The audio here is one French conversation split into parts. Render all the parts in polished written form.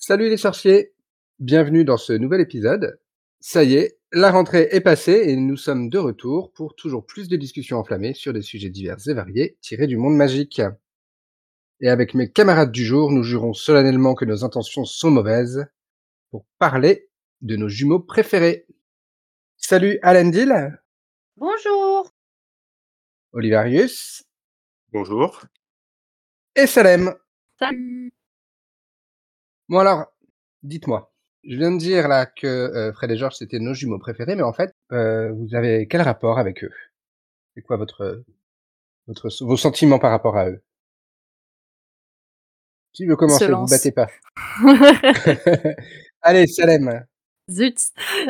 Salut les sorciers, bienvenue dans ce nouvel épisode. Ça y est, la rentrée est passée et nous sommes de retour pour toujours plus de discussions enflammées sur des sujets divers et variés tirés du monde magique. Et avec mes camarades du jour, nous jurons solennellement que nos intentions sont mauvaises pour parler de nos jumeaux préférés. Salut Alendil, Bonjour. Olivarius Bonjour. et Salem. Salut. Bon alors, dites-moi, je viens de dire là que Fred et Georges c'était nos jumeaux préférés, mais en fait, vous avez quel rapport avec eux? C'est quoi vos sentiments par rapport à eux? Qui veut Se commencer? Vous lance. battez pas. Allez, Salem. Zut.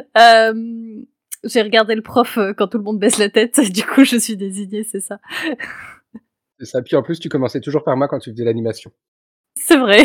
J'ai regardé le prof, quand tout le monde baisse la tête, du coup je suis désignée, c'est ça. C'est ça. Puis en plus, tu commençais toujours par moi quand tu faisais l'animation. C'est vrai.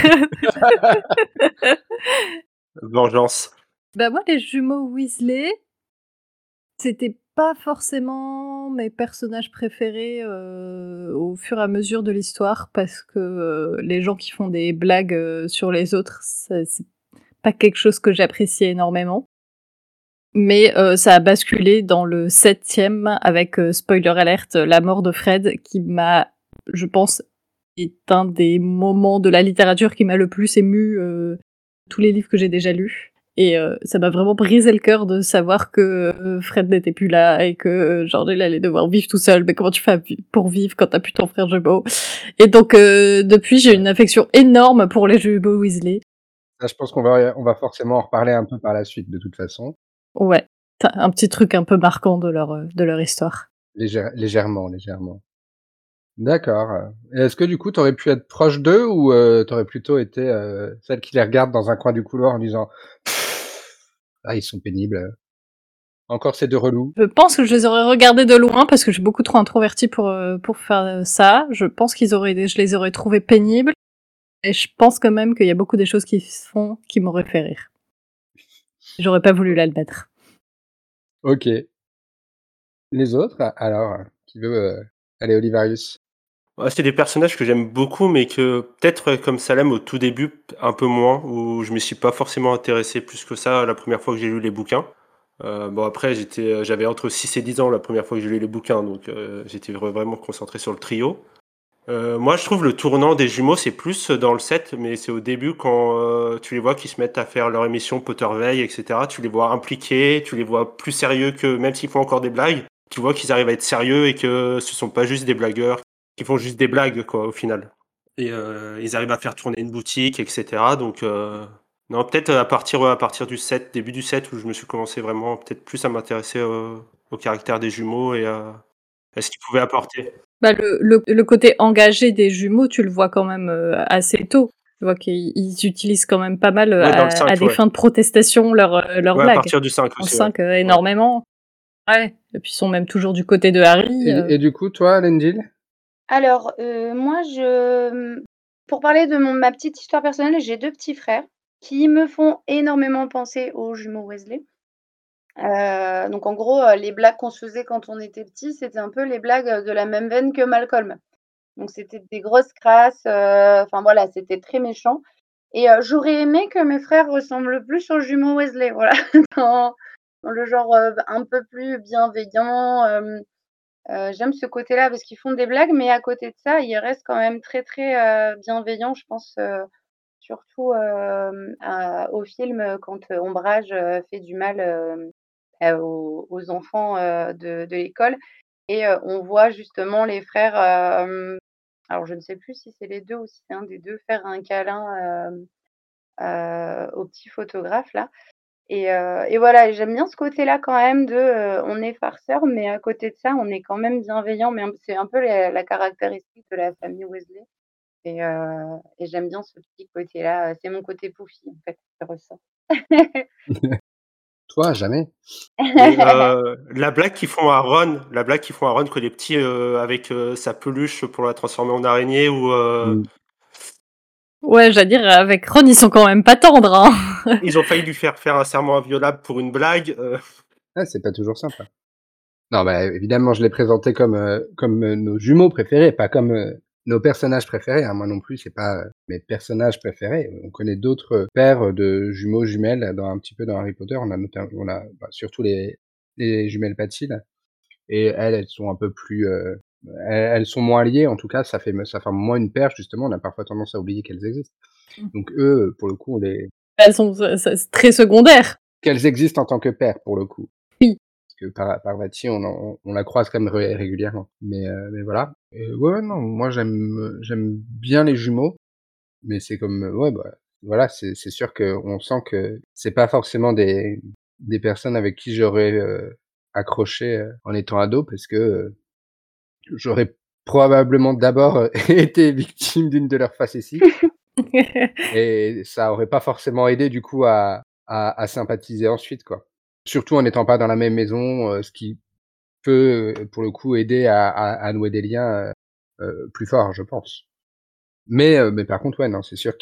Vengeance. Bah, moi les jumeaux Weasley, c'était pas forcément mes personnages préférés, au fur et à mesure de l'histoire parce que, les gens qui font des blagues, sur les autres, c'est pas quelque chose que j'appréciais énormément. Mais ça a basculé dans le 7e avec, spoiler alert, la mort de Fred qui m'a, je pense, est un des moments de la littérature qui m'a le plus émue, tous les livres que j'ai déjà lus. Et ça m'a vraiment brisé le cœur de savoir que Fred n'était plus là et que George il allait devoir vivre tout seul. Mais comment tu fais pour vivre quand t'as plus ton frère jumeau? Et donc depuis j'ai une affection énorme pour les jumeaux Weasley. Ça, je pense qu'on va forcément en reparler un peu par la suite de toute façon. Ouais, tu un petit truc un peu marquant de leur histoire. Légèrement. D'accord, et est-ce que du coup, tu aurais pu être proche d'eux ou tu aurais plutôt été, celle qui les regarde dans un coin du couloir en disant: «Ah, ils sont pénibles, encore ces 2 relous». Je pense que je les aurais regardés de loin parce que je suis beaucoup trop introvertie pour faire ça. Je pense je les aurais trouvés pénibles. Et je pense quand même qu'il y a beaucoup des choses qui se font qui m'auraient fait rire. J'aurais pas voulu l'admettre. OK. Les autres? Alors, qui veut, allez, Olivarius. Ouais, c'est des personnages que j'aime beaucoup, mais que peut-être comme Salem au tout début, un peu moins, où je me suis pas forcément intéressé plus que ça la première fois que j'ai lu les bouquins. Bon après j'avais entre 6 et 10 ans la première fois que j'ai lu les bouquins, donc j'étais vraiment concentré sur le trio. Moi je trouve le tournant des jumeaux c'est plus dans le 7, mais c'est au début quand tu les vois qui se mettent à faire leur émission Potterveille, etc. Tu les vois impliqués, tu les vois plus sérieux que même s'ils font encore des blagues, tu vois qu'ils arrivent à être sérieux et que ce sont pas juste des blagueurs qui font juste des blagues quoi au final. Et ils arrivent à faire tourner une boutique, etc. Donc non peut-être à partir du 7, début du 7 où je me suis commencé vraiment peut-être plus à m'intéresser au caractère des jumeaux et à ce qu'ils pouvaient apporter. Bah, le côté engagé des jumeaux, tu le vois quand même assez tôt. Tu vois qu'ils utilisent quand même pas mal Ouais, dans le 5, à des ouais. fins de protestation leurs Ouais, à blagues. partir du 5 Dans le aussi, ouais. 5, énormément. Ouais. Et puis ils sont même toujours du côté de Harry. Et du coup, toi, Lendil? Alors, moi pour parler de ma petite histoire personnelle, j'ai 2 petits frères qui me font énormément penser aux jumeaux Weasley. Donc en gros, les blagues qu'on se faisait quand on était petits, c'était un peu les blagues, de la même veine que Malcolm. Donc c'était des grosses crasses, enfin voilà, c'était très méchant et j'aurais aimé que mes frères ressemblent plus aux jumeaux Weasley, voilà, dans dans le genre, un peu plus bienveillant, j'aime ce côté-là parce qu'ils font des blagues, mais à côté de ça, ils restent quand même très, très, bienveillants. Je pense, surtout, au film, quand, Ombrage, fait du mal, aux enfants, de l'école et on voit justement les frères, alors je ne sais plus si c'est les 2 ou si c'est un des 2 faire un câlin, au petit photographe là et voilà et j'aime bien ce côté-là quand même de, on est farceurs, mais à côté de ça, on est quand même bienveillant, mais c'est un peu la caractéristique de la famille Weasley et j'aime bien ce petit côté-là, c'est mon côté Poufy en fait, qui ressort. Toi, jamais. Mais la blague qu'ils font à Ron quand il est petit, avec, sa peluche pour la transformer en araignée ou Mmh. Ouais, j'allais dire, avec Ron, ils sont quand même pas tendres, hein. ils ont failli lui faire faire un serment inviolable pour une blague, Ah, c'est pas toujours simple, hein. Non, bah, évidemment, je l'ai présenté comme, nos jumeaux préférés, pas comme, nos personnages préférés, hein. Moi non plus, c'est pas, mes personnages préférés. On connaît d'autres, pères de jumeaux, jumelles dans un petit peu dans Harry Potter. On a, bah, surtout les jumelles Patil et elles sont un peu plus, elles sont moins liées. En tout cas, ça forme moins une paire justement. On a parfois tendance à oublier qu'elles existent. Mmh. Donc eux, pour le coup, Elles sont c'est très secondaire. qu'elles existent en tant que paires, pour le coup. Oui. Parce que Parvati, on la croise quand même régulièrement. Mais voilà. Et ouais, non, moi j'aime bien les jumeaux, mais c'est comme, ouais, bah, voilà, c'est sûr qu'on sent que c'est pas forcément des personnes avec qui j'aurais, accroché, en étant ado parce que, j'aurais probablement d'abord, été victime d'une de leurs facéties et ça aurait pas forcément aidé du coup à sympathiser ensuite, quoi. Surtout en n'étant pas dans la même maison, ce qui peut, pour le coup, aider à nouer des liens, plus forts, je pense. Mais par contre, ouais, non, c'est sûr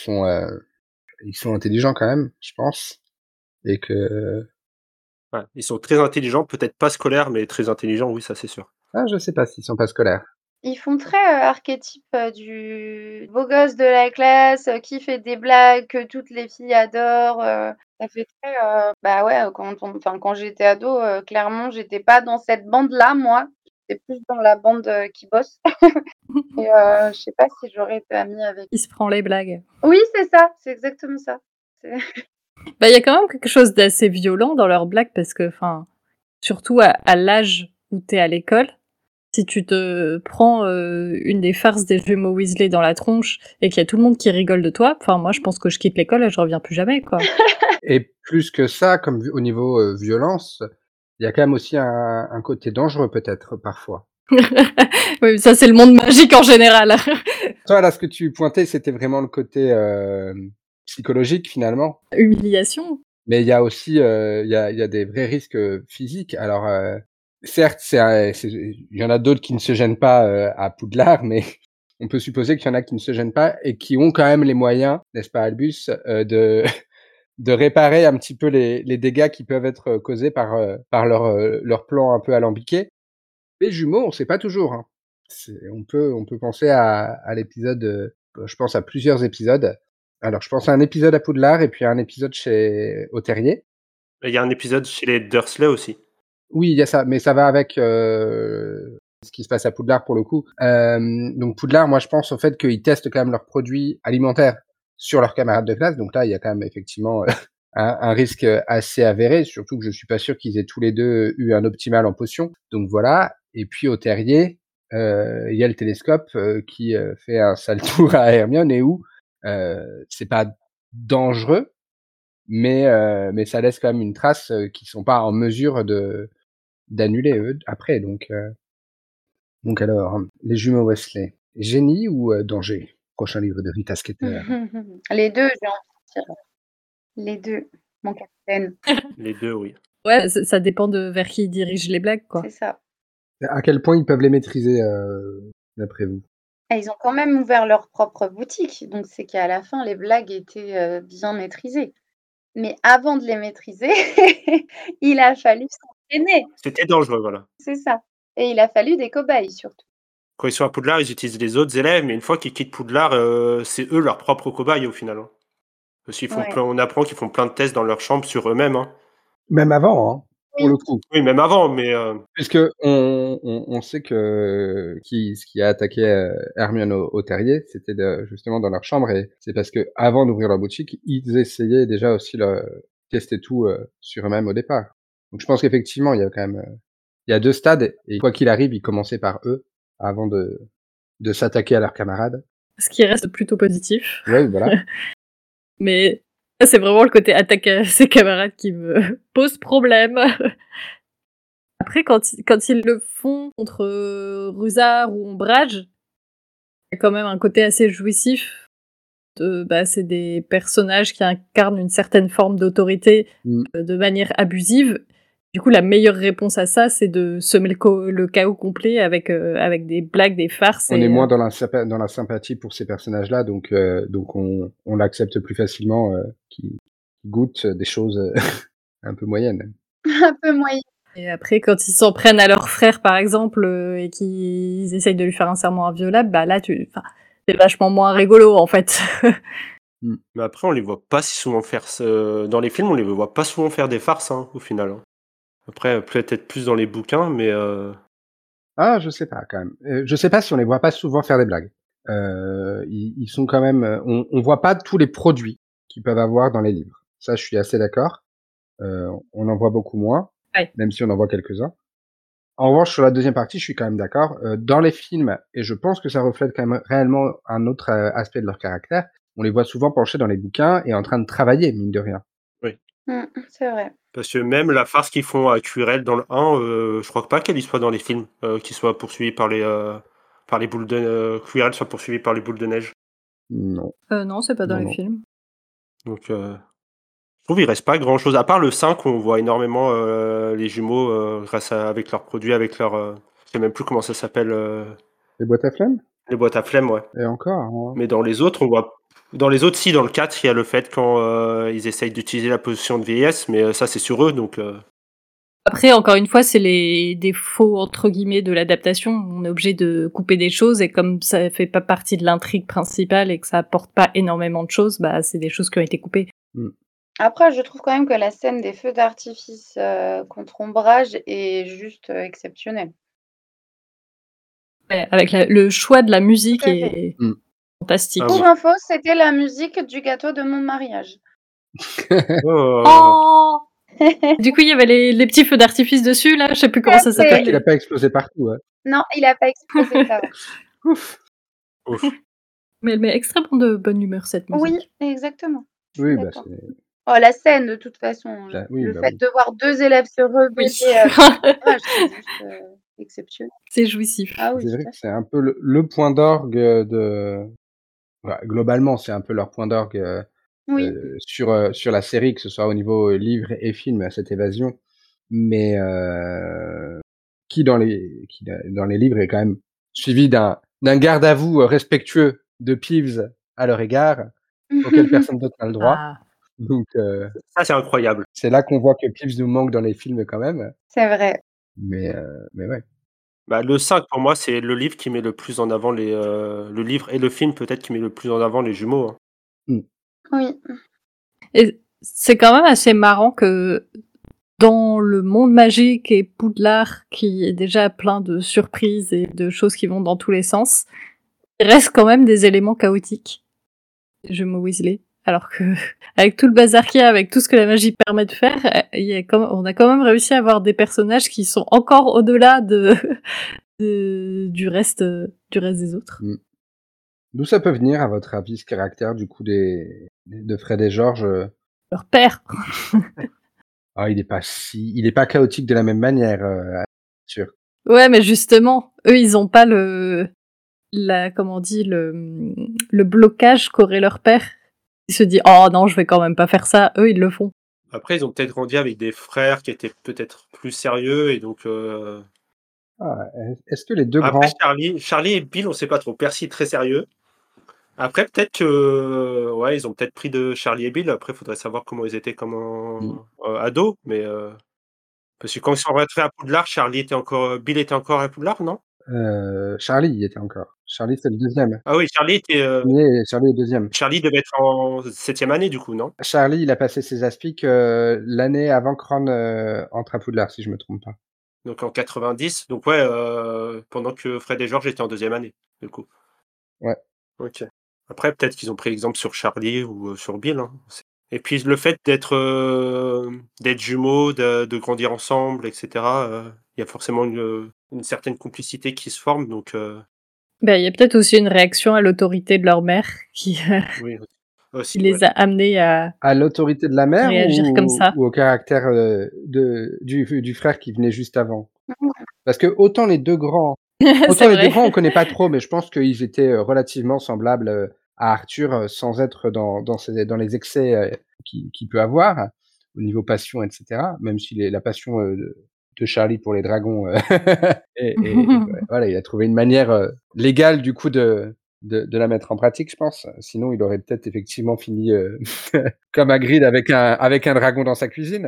ils sont intelligents quand même, je pense et que Ouais, ils sont très intelligents, peut-être pas scolaires, mais très intelligents, oui, ça c'est sûr. je sais pas s'ils sont pas scolaires. Ils font très, archétype, du beau gosse de la classe, qui fait des blagues que toutes les filles adorent, ça fait très, bah, ouais, quand j'étais ado, clairement, j'étais pas dans cette bande-là, moi. J'étais plus dans la bande, qui bosse et je sais pas si j'aurais été amie avec. Il se prend les blagues. Oui, c'est ça, c'est exactement ça. C'est Bah, il y a quand même quelque chose d'assez violent dans leurs blagues parce que, enfin, surtout à l'âge où t'es à l'école, si tu te prends une des farces des jumeaux Weasley dans la tronche et qu'il y a tout le monde qui rigole de toi, enfin, moi, je pense que je quitte l'école et je reviens plus jamais, quoi. Et plus que ça, comme au niveau, violence, il y a quand même aussi un côté dangereux peut-être, parfois. Oui, ça, c'est le monde magique en général. Toi, là, ce que tu pointais, c'était vraiment le côté, psychologique finalement. Humiliation. Mais il y a aussi, il y a des vrais risques, physiques. Alors, certes, il y en a d'autres qui ne se gênent pas, à Poudlard, mais on peut supposer qu'il y en a qui ne se gênent pas et qui ont quand même les moyens, n'est-ce pas Albus, de de réparer un petit peu les dégâts qui peuvent être, causés par leur plan un peu alambiqué. Les jumeaux, on sait pas toujours, hein. On peut penser à l'épisode, je pense à plusieurs épisodes. Alors je pense à un épisode à Poudlard et puis à un épisode chez au Terrier. Et il y a un épisode chez les Dursley aussi. Oui, il y a ça, mais ça va avec, ce qui se passe à Poudlard pour le coup. Donc Poudlard, moi je pense au fait qu'ils testent quand même leurs produits alimentaires sur leurs camarades de classe. Donc là, il y a quand même effectivement, un risque, assez avéré, surtout que je suis pas sûr qu'ils aient tous les 2 eu un optimal en potions. Donc voilà et puis au Terrier, il y a le télescope, qui, fait un sale tour à Hermione et où, c'est pas dangereux, mais ça laisse quand même une trace, qu'ils sont pas en mesure d'annuler eux après donc alors, les jumeaux Weasley, génie ou, danger? Prochain livre de Rita Skeeter. Les 2, j'ai envie de dire. Les 2, mon capitaine, Les deux, oui. Ouais, ça dépend de vers qui ils dirigent les blagues, quoi. c'est ça. À quel point ils peuvent les maîtriser, d'après vous? Et ils ont quand même ouvert leur propre boutique, donc c'est qu'à la fin, les blagues étaient, bien maîtrisées. Mais avant de les maîtriser, il a fallu s'entraîner, C'était dangereux, voilà. c'est ça. Et il a fallu des cobayes surtout. Quand ils sont à Poudlard, ils utilisent les autres élèves, mais une fois qu'ils quittent Poudlard, c'est eux leurs propres cobayes au final, hein. Parce qu'ils font Ouais. on apprend qu'ils font plein de tests dans leur chambre sur eux-mêmes, hein. Même avant, hein, pour Oui. le coup. Oui, même avant, mais Puisqu'on on sait que ce qui a attaqué, Hermione au Terrier, c'était justement dans leur chambre et c'est parce qu'avant d'ouvrir leur boutique, ils essayaient déjà aussi tester tout, sur eux-mêmes au départ. Donc je pense qu'effectivement, il y a quand même, il y a 2 stades et quoi qu'il arrive, ils commençaient par eux avant de s'attaquer à leurs camarades. Ce qui reste plutôt positif. Ouais, voilà. Mais c'est vraiment le côté attaque à ses camarades qui me pose problème. Après, quand ils le font contre Rusard ou Ombrage, il y a quand même un côté assez jouissif. C'est des personnages qui incarnent une certaine forme d'autorité Mmh. de manière abusive. Du coup, la meilleure réponse à ça, c'est de semer le chaos complet avec des blagues, des farces. On est moins dans la sympathie pour ces personnages-là, donc on l'accepte plus facilement, qu'ils goûtent des choses, un peu moyennes. Un peu moyen. Et après, quand ils s'en prennent à leur frère, par exemple, et qu'ils essayent de lui faire un serment inviolable, bah là, c'est vachement moins rigolo, en fait. Mais après, on les voit pas si souvent faire dans les films, on les voit pas souvent faire des farces, hein, au final, hein. Après, peut-être plus dans les bouquins, mais Ah, je sais pas quand même. Je sais pas si on les voit pas souvent faire des blagues. Ils sont quand même, on voit pas tous les produits qu'ils peuvent avoir dans les livres. Ça, je suis assez d'accord. On en voit beaucoup moins, Ouais. même si on en voit quelques-uns. En revanche, sur la deuxième partie, je suis quand même d'accord. Dans les films, et je pense que ça reflète quand même réellement un autre, aspect de leur caractère, on les voit souvent penchés dans les bouquins et en train de travailler, mine de rien. C'est vrai. parce que même la farce qu'ils font à Quirrell dans le 1, je crois pas qu'elle y soit dans les films, qu'il soit poursuivi par les boules de Quirrell soit poursuivi par les boules de neige. Non. Non, c'est pas dans Non, les non. films. Donc, je trouve il reste pas grand-chose. À part le 5, où on voit énormément les jumeaux avec leurs produits, avec leur. Je sais même plus comment ça s'appelle. Les boîtes à flemme? Les boîtes à flemme, ouais. Et encore, hein. Mais dans les autres, on voit. Dans les autres, si, dans le 4, il y a le fait quand ils essayent d'utiliser la position de vieillesse, mais ça, c'est sur eux, donc. Après, encore une fois, c'est les défauts, entre guillemets, de l'adaptation. On est obligé de couper des choses, et comme ça fait pas partie de l'intrigue principale et que ça apporte pas énormément de choses, bah, c'est des choses qui ont été coupées. Après, je trouve quand même que la scène des feux d'artifice contre Ombrage est juste exceptionnelle. Ouais, avec le choix de la musique Tout à fait. est fantastique. Ah Pour oui. info, c'était la musique du gâteau de mon mariage. Oh Du coup, il y avait les petits feux d'artifice dessus, là, je sais plus comment ça J'espère qu'il a s'appelle. pas explosé partout, ouais. Non, il a pas explosé ça. Ouf! Ouf. Mais elle met extrêmement de bonne humeur, cette musique. Oui, exactement. Je Oui, suis bah, d'accord. c'est Oh, la scène, de toute façon, là, oui, le bah, fait oui. de voir 2 élèves se rebeller Oui. Ombrage, c'est juste exceptionnel. C'est jouissif. Ah oui, C'est vrai tout à que c'est un peu le point d'orgue, de globalement, c'est un peu leur point d'orgue, oui. sur la série, que ce soit au niveau, livre et film, cette évasion. Mais, qui dans les livres est quand même suivi d'un garde à vous, respectueux de Peeves à leur égard, auquel personne d'autre n'a le droit. Ah. Donc, Ça, c'est incroyable. c'est là qu'on voit que Peeves nous manque dans les films quand même. C'est vrai. Mais ouais. Bah, le 5, pour moi, c'est le livre qui met le plus en avant le livre et le film, peut-être, qui met le plus en avant les jumeaux, hein. Oui. Et c'est quand même assez marrant que dans le monde magique et Poudlard, qui est déjà plein de surprises et de choses qui vont dans tous les sens, il reste quand même des éléments chaotiques. Les jumeaux Weasley. Alors que, avec tout le bazar qu'il y a, avec tout ce que la magie permet de faire, on a quand même réussi à avoir des personnages qui sont encore au-delà du reste des autres. D'où ça peut venir, à votre avis, ce caractère, du coup, de Fred et George? Leur père. Il est pas chaotique de la même manière, sûr. Ouais, mais justement, eux, ils ont pas comment on dit, le blocage qu'aurait leur père. Il se dit, oh non, je vais quand même pas faire ça. Eux, ils le font. Après, ils ont peut-être grandi avec des frères qui étaient peut-être plus sérieux, et donc. Est-ce que les 2 Après, grands Charlie et Bill, on sait pas trop. Percy est très sérieux. Après, peut-être que, ouais, ils ont peut-être pris de Charlie et Bill. Après, il faudrait savoir comment ils étaient comme ados, mais parce que quand ils sont rentrés à Poudlard, Bill était encore à Poudlard, non? Charlie y était encore. Charlie, c'est le 2e. Ah oui, Le 1er et Charlie est 2e. Charlie devait être en 7e année, du coup, non? Charlie, il a passé ses aspics, l'année avant que Ron, entre à Poudlard, si je me trompe pas. Donc en 90, donc ouais, pendant que Fred et George étaient en 2e année, du coup. Ouais. OK. Après, peut-être qu'ils ont pris exemple sur Charlie ou sur Bill, hein. Et puis le fait d'être jumeaux, de grandir ensemble, et cetera, il y a forcément une certaine complicité qui se forme, donc Ben, il y a peut-être aussi une réaction à l'autorité de leur mère qui oui, aussi, les ouais. a amenés à À l'autorité de la mère réagir comme ça. ou au caractère, du frère qui venait juste avant? Parce que autant les 2 grands, C'est vrai. on connaît pas trop, mais je pense qu'ils étaient, relativement semblables, à Arthur, sans être dans les excès, qu'il peut avoir, au niveau passion et cetera. Même si la passion, de Charlie pour les dragons, et ouais, voilà, il a trouvé une manière, légale du coup de la mettre en pratique, je pense. Sinon, il aurait peut-être effectivement fini, comme Hagrid avec un dragon dans sa cuisine.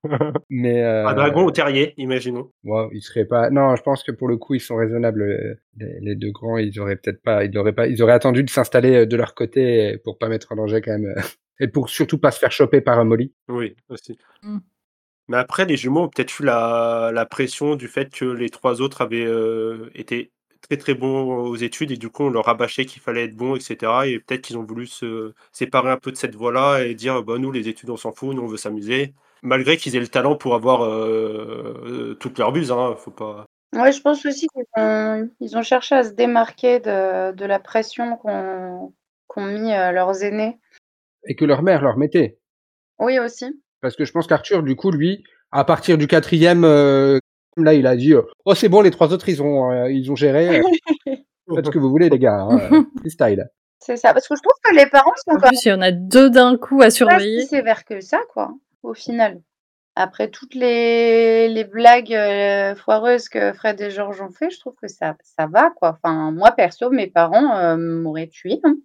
Mais Un dragon au terrier, imaginons. bon, ils seraient pas non, je pense que pour le coup, ils sont raisonnables, les 2 grands, ils auraient peut-être pas ils auraient attendu de s'installer, de leur côté pour pas mettre en danger quand même, et pour surtout pas se faire choper par, Molly. Oui, aussi. Mmh. Mais après, les jumeaux ont peut-être eu la pression du fait que les 3 autres avaient, été très, très bons aux études et du coup, on leur rabâchait qu'il fallait être bon et cetera et peut-être qu'ils ont voulu se séparer un peu de cette voie-là et dire: «Bah, nous, les études, on s'en fout, nous, on veut s'amuser». Malgré qu'ils aient le talent pour avoir, toutes leurs buses, hein, faut pas Ouais, je pense aussi qu'ils ont cherché à se démarquer de la pression qu'ont mis, leurs aînés. Et que leur mère leur mettait. Oui, aussi. Parce que je pense qu'Arthur, du coup, lui, à partir du 4e, là, il a dit, «Oh, c'est bon, les 3 autres, ils ont géré, faites ce que vous voulez les gars, hein, freestyle». C'est ça, parce que je trouve que les parents sont En quand plus, il y en a 2 d'un coup à même pas si surveiller. sévères que ça, quoi, au final. Après toutes les blagues, foireuses que Fred et George ont fait, je trouve que ça va, quoi. Enfin, moi perso, mes parents, m'auraient tuée, hein.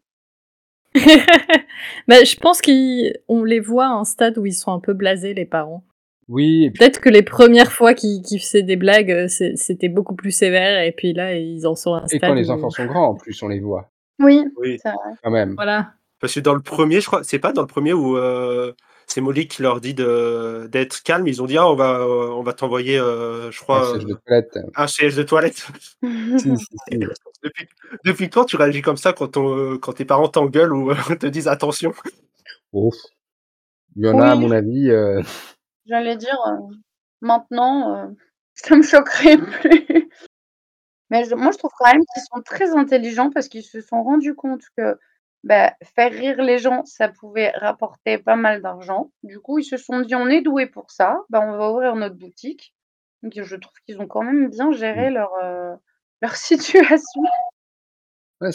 Bah, je pense qu'on les voit à un stade où ils sont un peu blasés, les parents. Oui, et puis Peut-être que les premières fois qu'ils faisaient des blagues, c'était beaucoup plus sévère et puis là, ils en sont à un et quand stade les où enfants sont grands, en plus, on les voit, Oui, oui. c'est vrai. quand même. voilà. Parce que dans le premier, je crois c'est pas dans le premier où, c'est Molly qui leur dit d'être calme, ils ont dit: «Ah, on va t'envoyer, je Un crois, siège de toilette. un siège de toilette». Si, si, si. Depuis depuis quand tu réagis comme ça quand tes parents t'engueulent ou te disent: «Attention»? Ouf, il y en a, à Oui, mon avis, j'allais dire, maintenant, ça me choquerait plus. Mais moi, je trouve quand même qu'ils sont très intelligents parce qu'ils se sont rendus compte que, bah, faire rire les gens, ça pouvait rapporter pas mal d'argent. Du coup, ils se sont dit: «On est doués pour ça, bah, on va ouvrir notre boutique». Donc je trouve qu'ils ont quand même bien mmh, géré leur situation. ouais,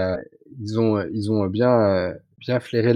ils ont bien flairé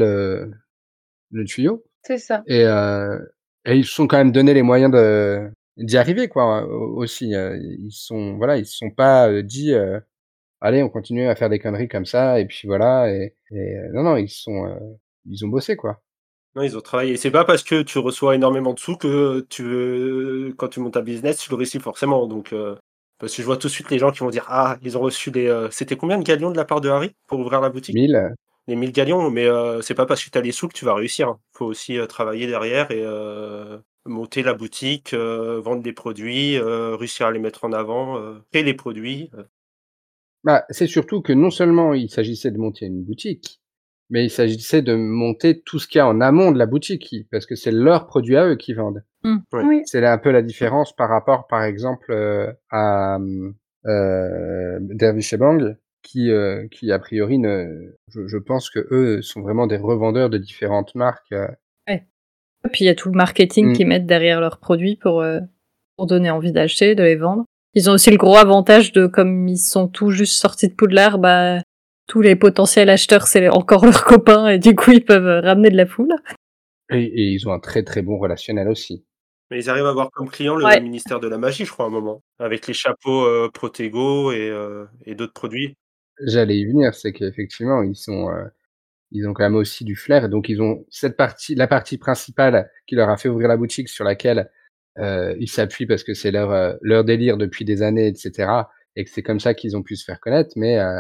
le tuyau. C'est ça. Et ils se sont quand même donné les moyens d'y arriver quoi, aussi, ils se sont pas, dit, «Allez, on continue à faire des conneries comme ça et puis voilà» non, non, ils ont bossé quoi. Non, ils ont travaillé. C'est pas parce que tu reçois énormément de sous que quand tu montes un business, tu le réussis forcément donc parce que je vois tout de suite les gens qui vont dire: «Ah, ils ont reçu c'était combien de galions de la part de Harry pour ouvrir la boutique?» 1000, Les 1000 galions, mais c'est pas parce que tu as les sous que tu vas réussir, hein. Faut aussi, travailler derrière et monter la boutique, vendre des produits, réussir à les mettre en avant, créer les produits, bah, c'est surtout que non seulement il s'agissait de monter une boutique, mais il s'agissait de monter tout ce qu'il y a en amont de la boutique, parce que c'est leurs produits à eux qu'ils vendent. Ouais. Oui, C'est là un peu la différence par rapport, par exemple, à, Dervish et Bang qui a priori ne je pense qu'eux sont vraiment des revendeurs de différentes marques, Ouais. Et puis il y a tout le marketing mmh, qu'ils mettent derrière leurs produits pour donner envie d'acheter, de les vendre. Ils ont aussi le gros avantage de, comme ils sont tout juste sortis de Poudlard, bah, tous les potentiels acheteurs, c'est encore leurs copains et du coup, ils peuvent ramener de la foule. et ils ont un très, très bon relationnel aussi. Mais ils arrivent à avoir comme client le Ouais. ministère de la magie, je crois, à un moment, avec les chapeaux, Protego et d'autres produits. J'allais y venir, c'est qu'effectivement ils ont quand même aussi du flair et donc ils ont la partie principale qui leur a fait ouvrir la boutique sur laquelle, ils s'appuient parce que c'est leur délire depuis des années et cetera et que c'est comme ça qu'ils ont pu se faire connaître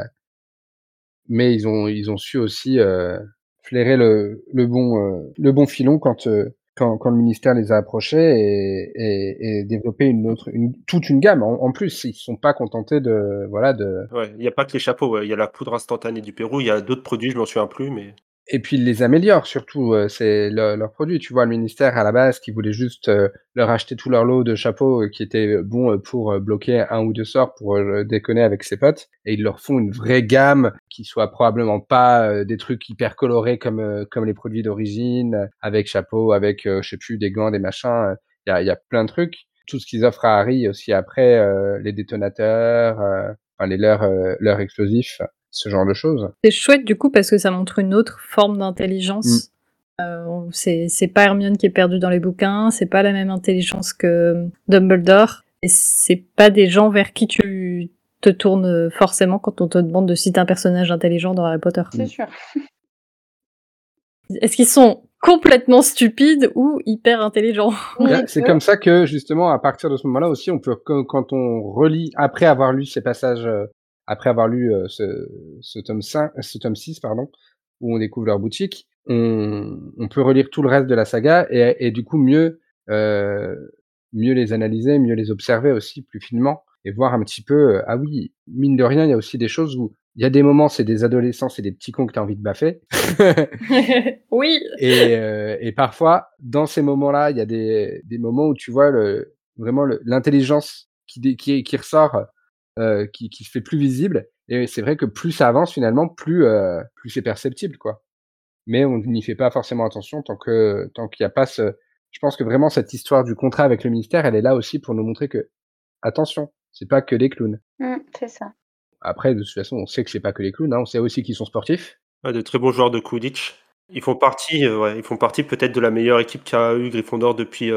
mais ils ont su aussi, flairer le bon filon quand le ministère les a approchés et développer toute une gamme. En plus, ils se sont pas contentés de voilà de Ouais, il y a pas que les chapeaux, ouais, il y a la poudre instantanée du Pérou, il y a d'autres produits, je m'en souviens plus, mais et puis ils les améliorent surtout, c'est leurs produits. Tu vois, le ministère à la base qui voulait juste, leur acheter tout leur lot de chapeaux, qui étaient, bons, pour, bloquer 1 ou 2 sorts pour, déconner avec ses potes et ils leur font une vraie gamme qui soit probablement pas, des trucs hyper colorés comme les produits d'origine, avec chapeau, avec, je sais plus, des gants, des machins, il y a plein de trucs. Tout ce qu'ils offrent à Harry aussi après, les détonateurs, enfin les leurres explosifs, ce genre de choses. C'est chouette du coup parce que ça montre une autre forme Mmh. d'intelligence. C'est pas Hermione qui est perdue dans les bouquins, c'est pas la même intelligence que Dumbledore, et c'est pas des gens vers qui tu te tournes forcément quand on te demande de citer un personnage intelligent dans Harry Potter. c'est sûr. Est-ce qu'ils sont complètement stupides ou hyper intelligents? C'est comme ça que, justement, à partir de ce moment-là aussi, on peut, quand on relit, après avoir lu ces passages, après avoir lu ce tome 6, pardon, où on découvre leur boutique, on peut relire tout le reste de la saga et du coup mieux les analyser, mieux les observer aussi plus finement et voir un petit peu, ah oui, mine de rien, il y a aussi des choses où il y a des moments, c'est des adolescents, c'est des petits cons que tu as envie de baffer. Oui. Et parfois, dans ces moments-là, il y a des moments où tu vois vraiment l'intelligence qui ressort, qui se fait plus visible et c'est vrai que plus ça avance finalement, plus c'est perceptible, quoi. Mais on n'y fait pas forcément attention tant qu'il y a pas je pense que vraiment cette histoire du contrat avec le ministère, elle est là aussi pour nous montrer que, attention, c'est pas que des clowns. C'est ça. Après, de toute façon, on sait que c'est pas que les clowns, hein, on sait aussi qu'ils sont sportifs. Ouais, de très bons joueurs de Quidditch. Ils font partie peut-être de la meilleure équipe qu'a eu Gryffondor depuis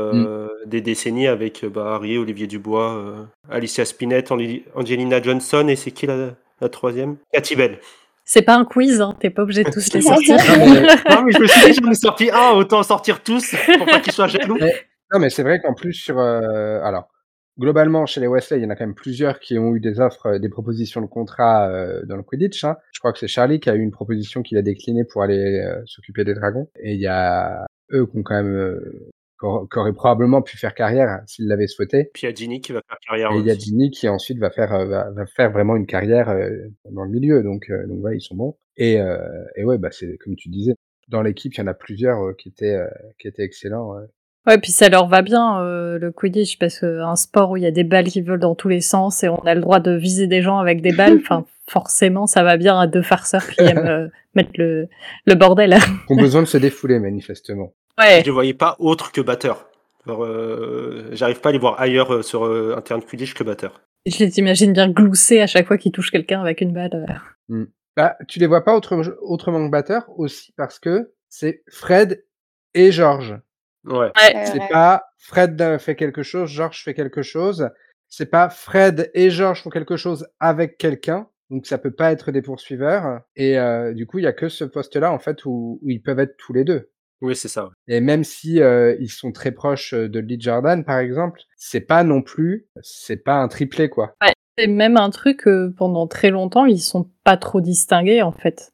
des décennies avec Harry, Olivier Dubois, Alicia Spinett, Angelina Johnson et c'est qui la troisième? Cathy Bell. C'est pas un quiz, hein, t'es pas obligé de tous les sortir. Non, mais je me suis dit, j'en ai sorti un, autant en sortir tous pour pas qu'ils soient jaloux. Non, mais c'est vrai qu'en plus alors, globalement, chez les Weasley, il y en a quand même plusieurs qui ont eu des offres, des propositions de contrat, dans le Quidditch, hein. Je crois que c'est Charlie qui a eu une proposition qu'il a déclinée pour aller, s'occuper des dragons et il y a eux qui ont quand même, qui auraient probablement pu faire carrière s'ils l'avaient souhaité Puis il y a Ginny qui va faire carrière et il y a aussi. Ginny qui ensuite va faire vraiment une carrière, dans le milieu donc ouais, ils sont bons et ouais, bah, c'est comme tu disais, dans l'équipe, il y en a plusieurs, qui étaient excellents, ouais. Ouais, puis ça leur va bien, le Quidditch, parce qu'un sport où il y a des balles qui volent dans tous les sens et on a le droit de viser des gens avec des balles, enfin, forcément, ça va bien à 2 farceurs qui aiment mettre le bordel. Qui ont besoin de se défouler manifestement. Ouais. Je les voyais pas autres que batteurs. Alors, j'arrive pas à les voir ailleurs sur un terrain de Quidditch que batteurs. Je les imagine bien glousser à chaque fois qu'ils touchent quelqu'un avec une balle. Bah, tu les vois pas autrement que batteurs aussi parce que c'est Fred et George. Ouais. C'est pas Fred fait quelque chose, George fait quelque chose. C'est pas Fred et George font quelque chose avec quelqu'un, donc ça peut pas être des poursuiveurs et du coup, il y a que ce poste-là en fait où ils peuvent être tous les 2. Oui, c'est ça. Ouais. Et même si, ils sont très proches, de Lee Jordan par exemple, c'est pas un triplé quoi. Ouais, c'est même un truc, pendant très longtemps, ils sont pas trop distingués, en fait.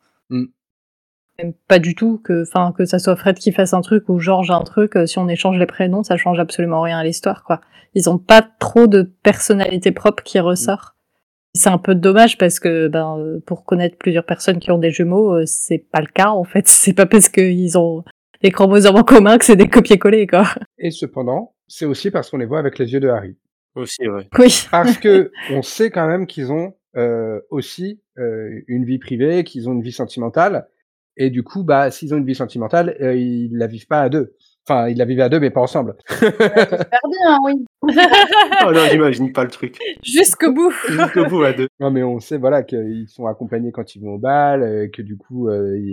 Même pas du tout, que ça soit Fred qui fasse un truc ou George un truc, si on échange les prénoms, ça change absolument rien à l'histoire, quoi. Ils ont pas trop de personnalité propre qui ressort. C'est un peu dommage parce que, pour connaître plusieurs personnes qui ont des jumeaux, c'est pas le cas, en fait. C'est pas parce qu'ils ont des chromosomes en commun que c'est des copier-coller, quoi. Et cependant, c'est aussi parce qu'on les voit avec les yeux de Harry. Aussi, ouais. Oui. Parce que on sait quand même qu'ils ont, aussi, une vie privée, qu'ils ont une vie sentimentale et du coup, bah, s'ils ont une vie sentimentale, ils la vivent pas à 2. Enfin, ils la vivent à 2 mais pas ensemble. J'espère bien, oui. Oh non, j'imagine pas le truc. Jusqu'au bout. Jusqu'au bout à deux. Non, mais on sait, voilà, qu'ils sont accompagnés quand ils vont au bal, que du coup,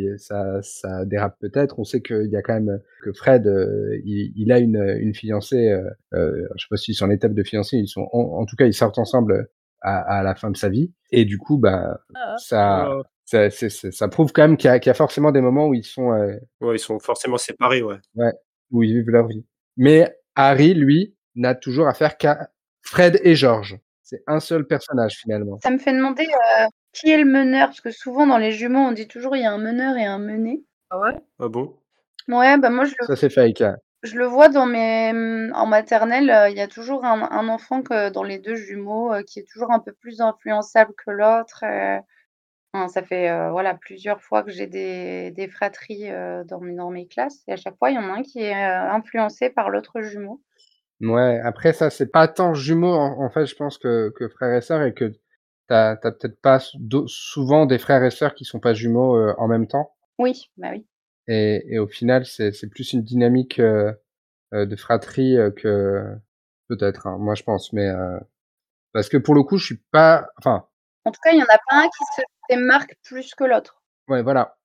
ça dérape peut-être. On sait qu'il y a quand même, que Fred, il a une fiancée, je sais pas s'ils sont en étape de fiancée, ils sont en tout cas, ils sortent ensemble, à la fin de sa vie et du coup, bah, ça prouve quand même qu'il y a forcément des moments où ils sont, Ouais, ils sont forcément séparés, ouais. ouais, où ils vivent leur vie. Mais Harry, lui, n'a toujours affaire qu'à Fred et George. C'est un seul personnage finalement. Ça me fait demander, qui est le meneur? Parce que souvent dans les jumeaux, on dit toujours il y a un meneur et un mené. Ah ouais? Ah bon? Ouais, bah moi Ça, c'est fake, hein. je le vois dans en maternelle, il y a toujours un enfant que dans les 2 jumeaux, qui est toujours un peu plus influençable que l'autre, enfin, ça fait, voilà, plusieurs fois que j'ai des fratries, dans mes classes et à chaque fois, il y en a un qui est, influencé par l'autre jumeau. Ouais, après ça, c'est pas tant jumeaux en fait, je pense que frères et sœurs et que t'as peut-être pas souvent des frères et sœurs qui sont pas jumeaux, en même temps Oui, bah oui. et au final, c'est plus une dynamique, de fratrie, que peut-être, hein, moi je pense, mais parce que pour le coup, je suis pas enfin, En tout cas, il y en a pas un qui se démarque plus que l'autre. ouais, voilà,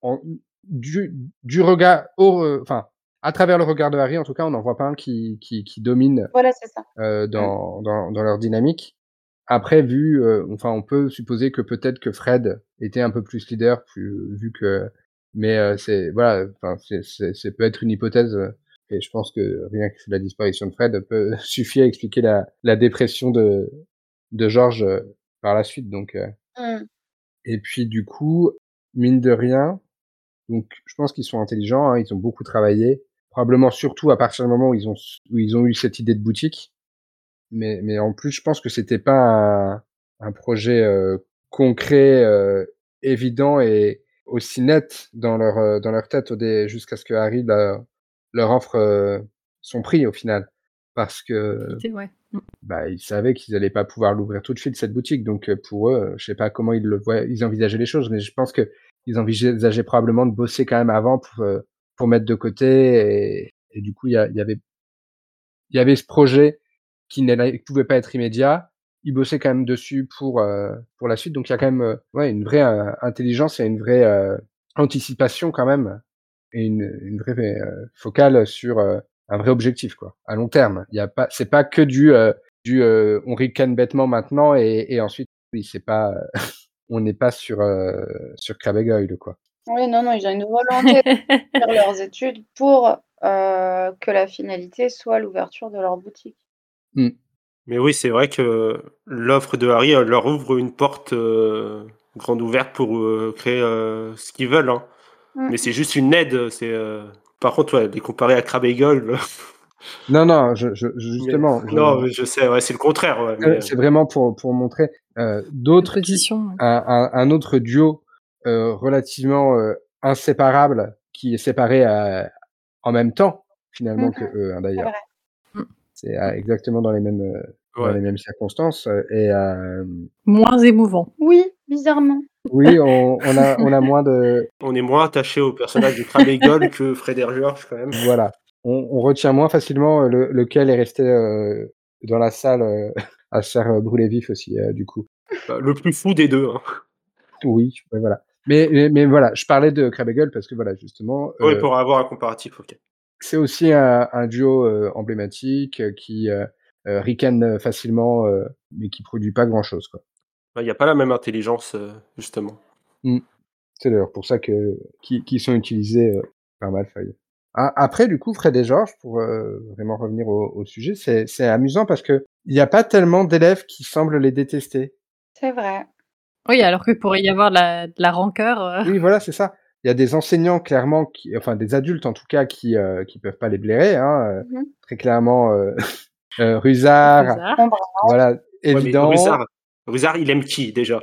du regard enfin, à travers le regard de Harry, en tout cas, on n'en voit pas un qui domine, Voilà, c'est ça. dans leur dynamique. Après vu, enfin on peut supposer que peut-être que Fred était un peu plus leader vu que Mais c'est voilà, enfin, c'est peut être une hypothèse, et je pense que rien que la disparition de Fred peut suffire à expliquer la dépression de George, par la suite Mmh. et puis du coup, mine de rien, donc je pense qu'ils sont intelligents, hein, ils ont beaucoup travaillé, probablement surtout à partir du moment où ils ont eu cette idée de boutique. Mais en plus, je pense que c'était pas un projet, concret, évident et aussi net dans leur tête jusqu'à ce que Harry leur offre, son prix au final. Parce que, L'idée, ouais. bah, ils savaient qu'ils allaient pas pouvoir l'ouvrir tout de suite cette boutique donc pour eux, je sais pas comment ils envisageaient les choses, mais je pense qu'ils envisageaient probablement de bosser quand même avant pour mettre de côté et du coup, il y avait ce projet qui pouvait pas être immédiat. Ils bossaient quand même dessus pour la suite, donc il y a quand même, ouais, une vraie, intelligence et une vraie, anticipation quand même et une vraie, focale sur, un vrai objectif, quoi, à long terme. Il y a pas c'est pas que on ricane bêtement maintenant et ensuite oui, c'est pas, on n'est pas sur Crabbe et Goyle, quoi. Oui, non, non, ils ont une volonté de faire leurs études pour, que la finalité soit l'ouverture de leur boutique. Mmh. Mais oui, c'est vrai que l'offre de Harry, leur ouvre une porte, grande ouverte pour, créer, ce qu'ils veulent, hein. Mmh. Mais c'est juste une aide, par contre, ouais, les comparer à Crabbe et Goyle, Non, non, mais justement, non, mais je sais, ouais, c'est le contraire, ouais, mais c'est vraiment pour montrer, d'autres qui L'opposition, ouais. un autre duo, relativement, inséparable qui est séparé, en même temps finalement Mmh. qu'eux, hein, C'est d'ailleurs. vrai. Mmh. C'est, exactement dans ouais. les mêmes circonstances, Moins émouvant. Oui, bizarrement. oui, on a moins de On est moins attaché au personnage de Crabbe et Goyle que Fred et George quand même. voilà, on retient moins facilement, lequel est resté, dans la salle, à se faire, brûler vif aussi, du coup. Bah, le plus fou des 2, hein. Oui, ouais, voilà. Mais voilà, je parlais de Crabbe et Goyle parce que voilà, justement, Oui, pour avoir un comparatif, OK. c'est aussi un duo, emblématique, qui, ricane, facilement, mais qui produit pas grand chose, quoi. Il y a pas la même intelligence, justement. Mmh. C'est d'ailleurs pour ça qu'ils sont utilisés, par Malfoy. Après du coup, Fred et George, pour, vraiment revenir au sujet, c'est amusant parce qu'il y a pas tellement d'élèves qui semblent les détester. C'est vrai. Oui, alors qu'il pourrait y avoir de la rancœur, Oui, voilà, c'est ça. Il y a des enseignants clairement enfin des adultes en tout cas qui peuvent pas les blairer, hein, Mmh. très clairement, Rusard, Fusard, Bon, bah, voilà, Ouais, mais évident. Rusard, il aime qui déjà?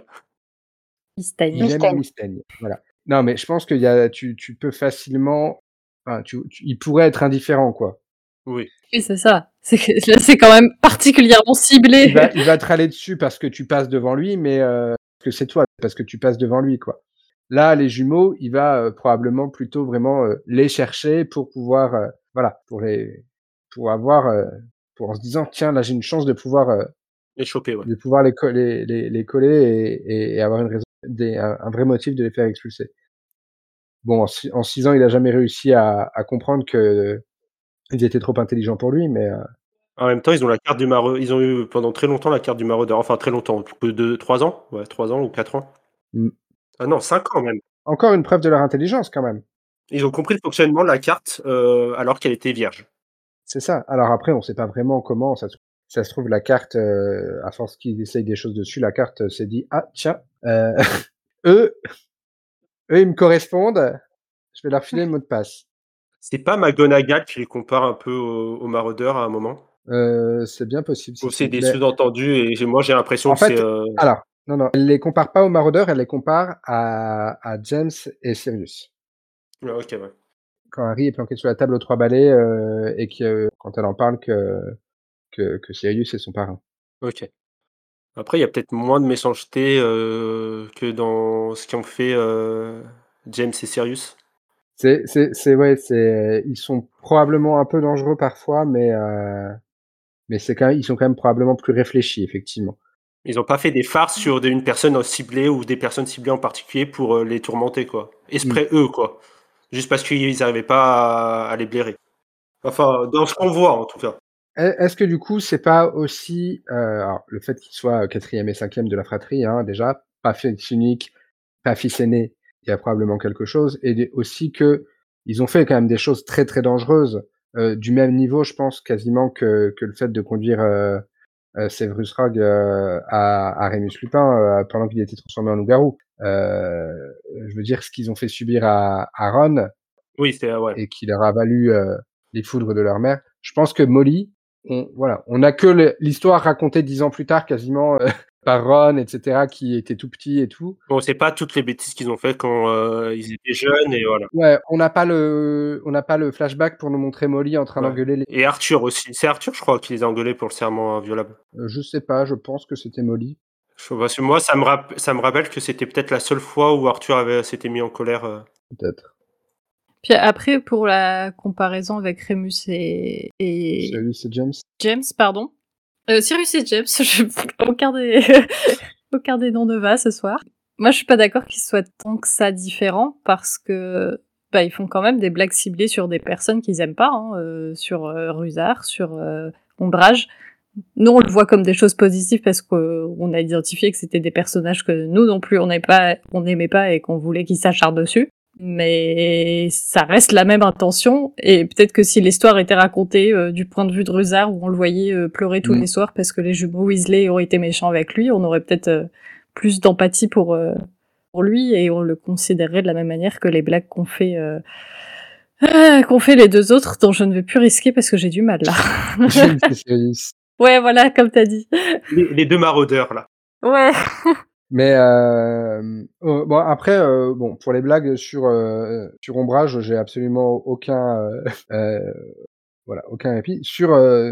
Il Mystaigne. aime mystère. Mystaigne, voilà. Non, mais je pense qu'il y a tu peux facilement enfin il pourrait être indifférent, quoi. Oui. Oui, c'est ça. C'est que là, c'est quand même particulièrement ciblé. Il va te râler dessus parce que tu passes devant lui, mais parce que c'est toi, parce que tu passes devant lui, quoi. Là, les jumeaux, il va, probablement plutôt vraiment, les chercher pour pouvoir, voilà, pour avoir, pour en se disant: «Tiens, là, j'ai une chance Les choper, ouais. de pouvoir les coller et avoir une raison un vrai motif de les faire expulser». Bon, en 6 ans, il a jamais réussi à comprendre qu'ils étaient trop intelligents pour lui, mais En même temps, ils ont eu pendant très longtemps la carte du maraudeur, enfin très longtemps, plus de 3 ans? Ouais, 3 ans ou 4 ans? mmh, Ah non, 5 ans même. encore une preuve de leur intelligence quand même. Ils ont compris le fonctionnement de la carte, alors qu'elle était vierge. C'est ça. Alors après, on sait pas vraiment comment ça se trouve la carte, à force qu'ils essayent des choses dessus, la carte, s'est dit: «Ah tiens, eux ils me correspondent, je vais leur filer le mot de passe». C'est pas McGonagall qui les compare un peu aux maraudeurs à un moment? C'est bien possible Ou si c'est tu des mais sous-entendus et moi j'ai l'impression en que c'est, fait alors, non, non, elle les compare pas aux maraudeurs, elle les compare à James et Sirius. ouais, OK, ouais. Quand Harry est planqué sous la table aux 3 balais, et que quand elle en parle que Sirius est son parrain. OK. Après, il y a peut-être moins de méchanceté, que dans ce qu'ont fait, James et Sirius. C'est ouais, ils sont probablement un peu dangereux parfois, mais c'est quand même ils sont quand même probablement plus réfléchis, effectivement. Ils ont pas fait des farces sur une personne ciblée ou des personnes ciblées en particulier pour, les tourmenter, quoi. Mmh. Exprès eux, quoi. Juste parce qu'ils arrivaient pas à les blairer. Enfin, dans ce qu'on voit en tout cas. Est-ce que du coup, c'est pas aussi, alors le fait qu'ils soient, 4e et 5e de la fratrie, hein, déjà, pas fils unique, pas fils aîné il y a probablement quelque chose et aussi qu'ils ont fait quand même des choses très, très dangereuses, du même niveau, je pense, quasiment que le fait de conduire, Severus Rogue, à Rémus Lupin, pendant qu'il était transformé en loup-garou. Je veux dire ce qu'ils ont fait subir à Ron Oui, c'est ouais. et qui leur a valu, les foudres de leur mère. Je pense que Molly, on a que l'histoire racontée 10 ans plus tard quasiment, par Ron et cetera, qui était tout petit et tout. On sait pas toutes les bêtises qu'ils ont fait quand, ils étaient jeunes et voilà. Ouais, on n'a pas le flashback pour nous montrer Molly en train Ouais d'engueuler les et Arthur aussi. C'est Arthur, je crois, qui les a engueulés pour le serment inviolable. je sais pas, je pense que c'était Molly, Parce que moi, ça me rappelle que c'était peut-être la seule fois où Arthur s'était mis en colère. peut-être. Puis après, pour la comparaison avec Remus et Sirius et James? James, pardon. Cyrus et James, aucun des noms ne va ce soir. Moi, je suis pas d'accord qu'ils soient tant que ça différents parce que ils font quand même des blagues ciblées sur des personnes qu'ils aiment pas, sur Rusard, sur Ombrage. Nous, on le voit comme des choses positives parce qu'on a identifié que c'était des personnages que nous non plus on n'aimait pas et qu'on voulait qu'ils s'acharnent dessus. Mais ça reste la même intention, et peut-être que si l'histoire était racontée du point de vue de Rusard, où on le voyait pleurer tous les soirs parce que les jumeaux Weasley auraient été méchants avec lui, on aurait peut-être plus d'empathie pour lui, et on le considérerait de la même manière que les blagues qu'ont fait les deux autres, dont je ne vais plus risquer parce que j'ai du mal là. James et Sirius. Ouais, voilà, comme t'as dit. Les deux maraudeurs, là. Ouais. Mais bon après, bon pour les blagues sur Ombrage, j'ai absolument aucun, voilà, aucun répit. Sur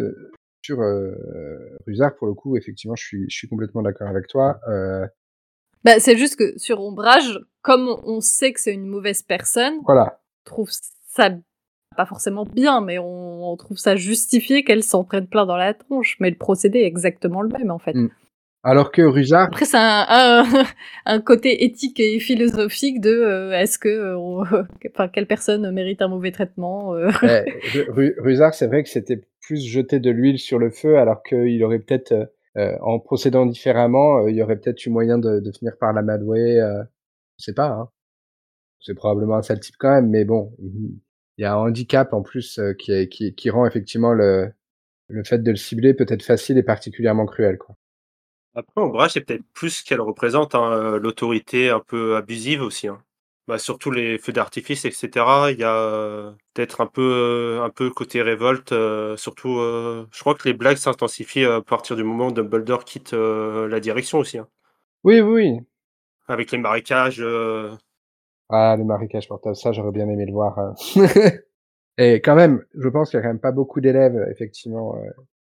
Rusard, pour le coup, effectivement, je suis complètement d'accord avec toi. C'est juste que sur Ombrage, comme on sait que c'est une mauvaise personne, Voilà. on trouve ça pas forcément bien, mais on trouve ça justifié qu'elle s'en prenne plein dans la tronche. Mais le procédé est exactement le même, en fait. Alors que Rusard... Après, c'est un côté éthique et philosophique de est-ce que quelle personne mérite un mauvais traitement Rusard, c'est vrai que c'était plus jeter de l'huile sur le feu, alors qu'il aurait peut-être, en procédant différemment, il y aurait peut-être eu moyen de finir par l'amadouer, je sais pas, hein. C'est probablement un sale type quand même, mais bon, il y a un handicap en plus, qui rend effectivement le fait de le cibler peut-être facile et particulièrement cruel, quoi. Après, Ombrage, c'est peut-être plus ce qu'elle représente, hein, l'autorité un peu abusive aussi, hein. Surtout les feux d'artifice, et cetera. Il y a, peut-être un peu côté révolte, surtout, je crois que les blagues s'intensifient à partir du moment où Dumbledore quitte, la direction aussi, hein. Oui, oui, oui. Avec les marécages, Ah, le marécage portable, ça, j'aurais bien aimé le voir, et quand même, je pense qu'il y a quand même pas beaucoup d'élèves, effectivement,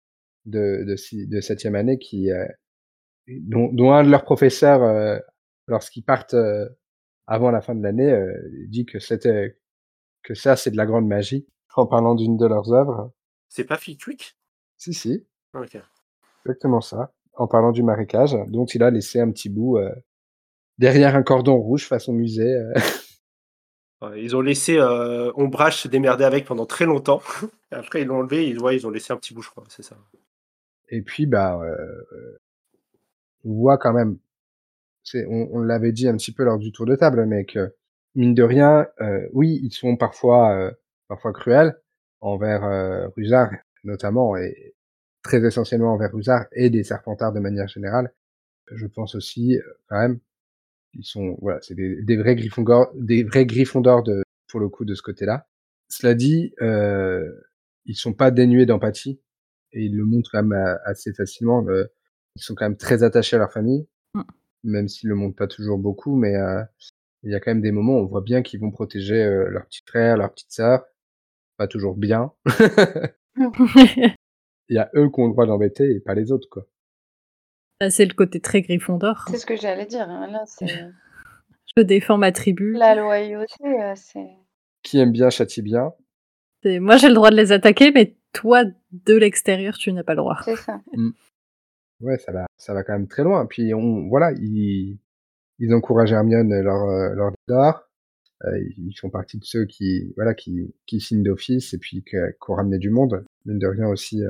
de 7e année qui, dont un de leurs professeurs, lorsqu'ils partent, avant la fin de l'année, dit que ça, c'est de la grande magie, en parlant d'une de leurs œuvres. c'est pas Flitwick? Si, si, OK. exactement ça, en parlant du marécage, dont il a laissé un petit bout, derrière un cordon rouge façon musée, Ouais, ils ont laissé, Ombrage se démerder avec pendant très longtemps. Et après ils l'ont enlevé, ils ont laissé un petit bout, je crois, c'est ça. et puis, bah, on voit quand même, on l'avait dit un petit peu lors du tour de table, mais que, mine de rien, oui, ils sont parfois cruels envers, Rusard notamment, et très essentiellement envers Rusard et des Serpentards de manière générale. Je pense aussi, quand même, ils sont, voilà, c'est des vrais Gryffondors pour le coup, de ce côté-là. Cela dit, ils sont pas dénués d'empathie et ils le montrent quand même assez facilement, ils sont quand même très attachés à leur famille, Mmh. même s'ils le montrent pas toujours beaucoup, mais il y a quand même des moments où on voit bien qu'ils vont protéger, leur petit frère, leur petite sœur, pas toujours bien. Il y a eux qui ont le droit d'embêter et pas les autres, quoi. C'est le côté très Gryffondor. C'est ce que j'allais dire, hein, là, c'est Je défends ma tribu. la loyauté, c'est Qui aime bien châtie bien. Moi, j'ai le droit de les attaquer, mais toi, de l'extérieur, tu n'as pas le droit. c'est ça. Ouais, ça va quand même très loin. Puis voilà, ils encouragent Hermione, leur Dor. Ils font partie de ceux qui, voilà, qui signent d'office et puis qui ont ramené du monde. Mine de rien aussi,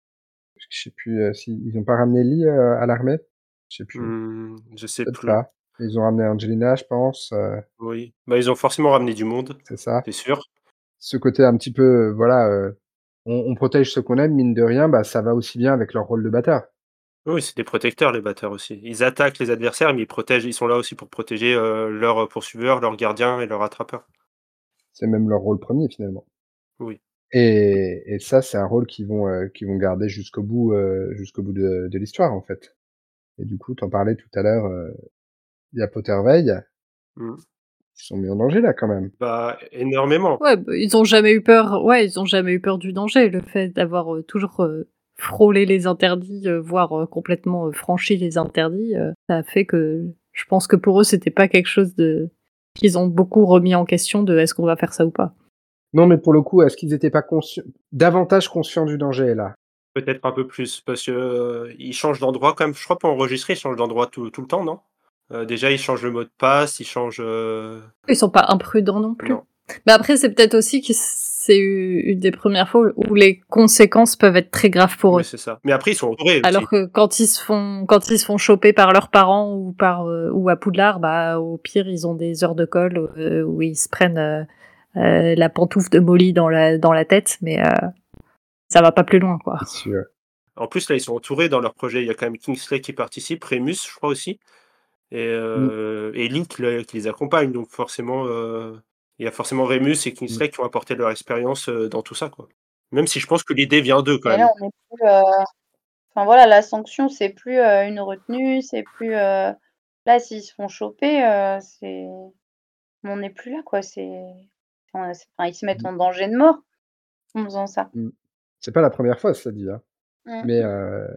je sais plus, si ils ont pas ramené Lee, à l'armée? Je sais plus. Je sais Peut-être plus. pas. Ils ont ramené Angelina, je pense, Oui. Bah, ils ont forcément ramené du monde, c'est ça. c'est sûr. Ce côté un petit peu, voilà, on protège ceux qu'on aime, mine de rien, bah, ça va aussi bien avec leur rôle de batteur. Oui, c'est des protecteurs les batteurs aussi. Ils attaquent les adversaires, mais ils sont là aussi pour protéger, leurs poursuiveurs, leurs gardiens et leurs attrapeurs. C'est même leur rôle premier finalement. Oui. Et ça, c'est un rôle qu'ils vont garder jusqu'au bout de l'histoire, en fait. Et du coup, tu en parlais tout à l'heure, il y a Potterveil, Mmh. ils sont mis en danger là, quand même. Bah, énormément. Ouais, bah, ils ont jamais eu peur ils ont jamais eu peur du danger. Le fait d'avoir, toujours, frôlé les interdits, voire, complètement, franchi les interdits, ça a fait que je pense que pour eux, c'était pas quelque chose de qu'ils ont beaucoup remis en question de: «Est-ce qu'on va faire ça ou pas?» Non, mais pour le coup, est-ce qu'ils étaient pas davantage conscients du danger, là? Peut-être un peu plus parce que, ils changent d'endroit quand même. Je crois pour enregistrer, ils changent d'endroit tout le temps, non? Déjà, ils changent le mot de passe, ils changent, Ils sont pas imprudents non plus. non. Mais après, c'est peut-être aussi que c'est une des premières fois où les conséquences peuvent être très graves pour Oui, eux. c'est ça. Mais après, ils sont entourés aussi. Alors que quand ils se font choper par leurs parents ou ou à Poudlard, bah, au pire, ils ont des heures de colle, où ils se prennent, la pantoufle de Molly dans la tête, mais ça va pas plus loin, quoi. C'est sûr. En plus, là, ils sont entourés dans leur projet. Il y a quand même Kingsley qui participe, Remus, je crois aussi Mmh, et Link là, qui les accompagne. Donc forcément, il y a forcément Remus et mmh. Kingsley qui ont apporté leur expérience, dans tout ça, quoi. Même si je pense que l'idée vient d'eux quand Et même. là, on est plus, enfin voilà, la sanction, c'est plus, une retenue, c'est plus, là, s'ils se font choper, on n'est plus là, quoi. Enfin, ils se mettent Mmh, en danger de mort en faisant ça. mmh. C'est pas la première fois, cela dit, hein. Mmh Mais, mh.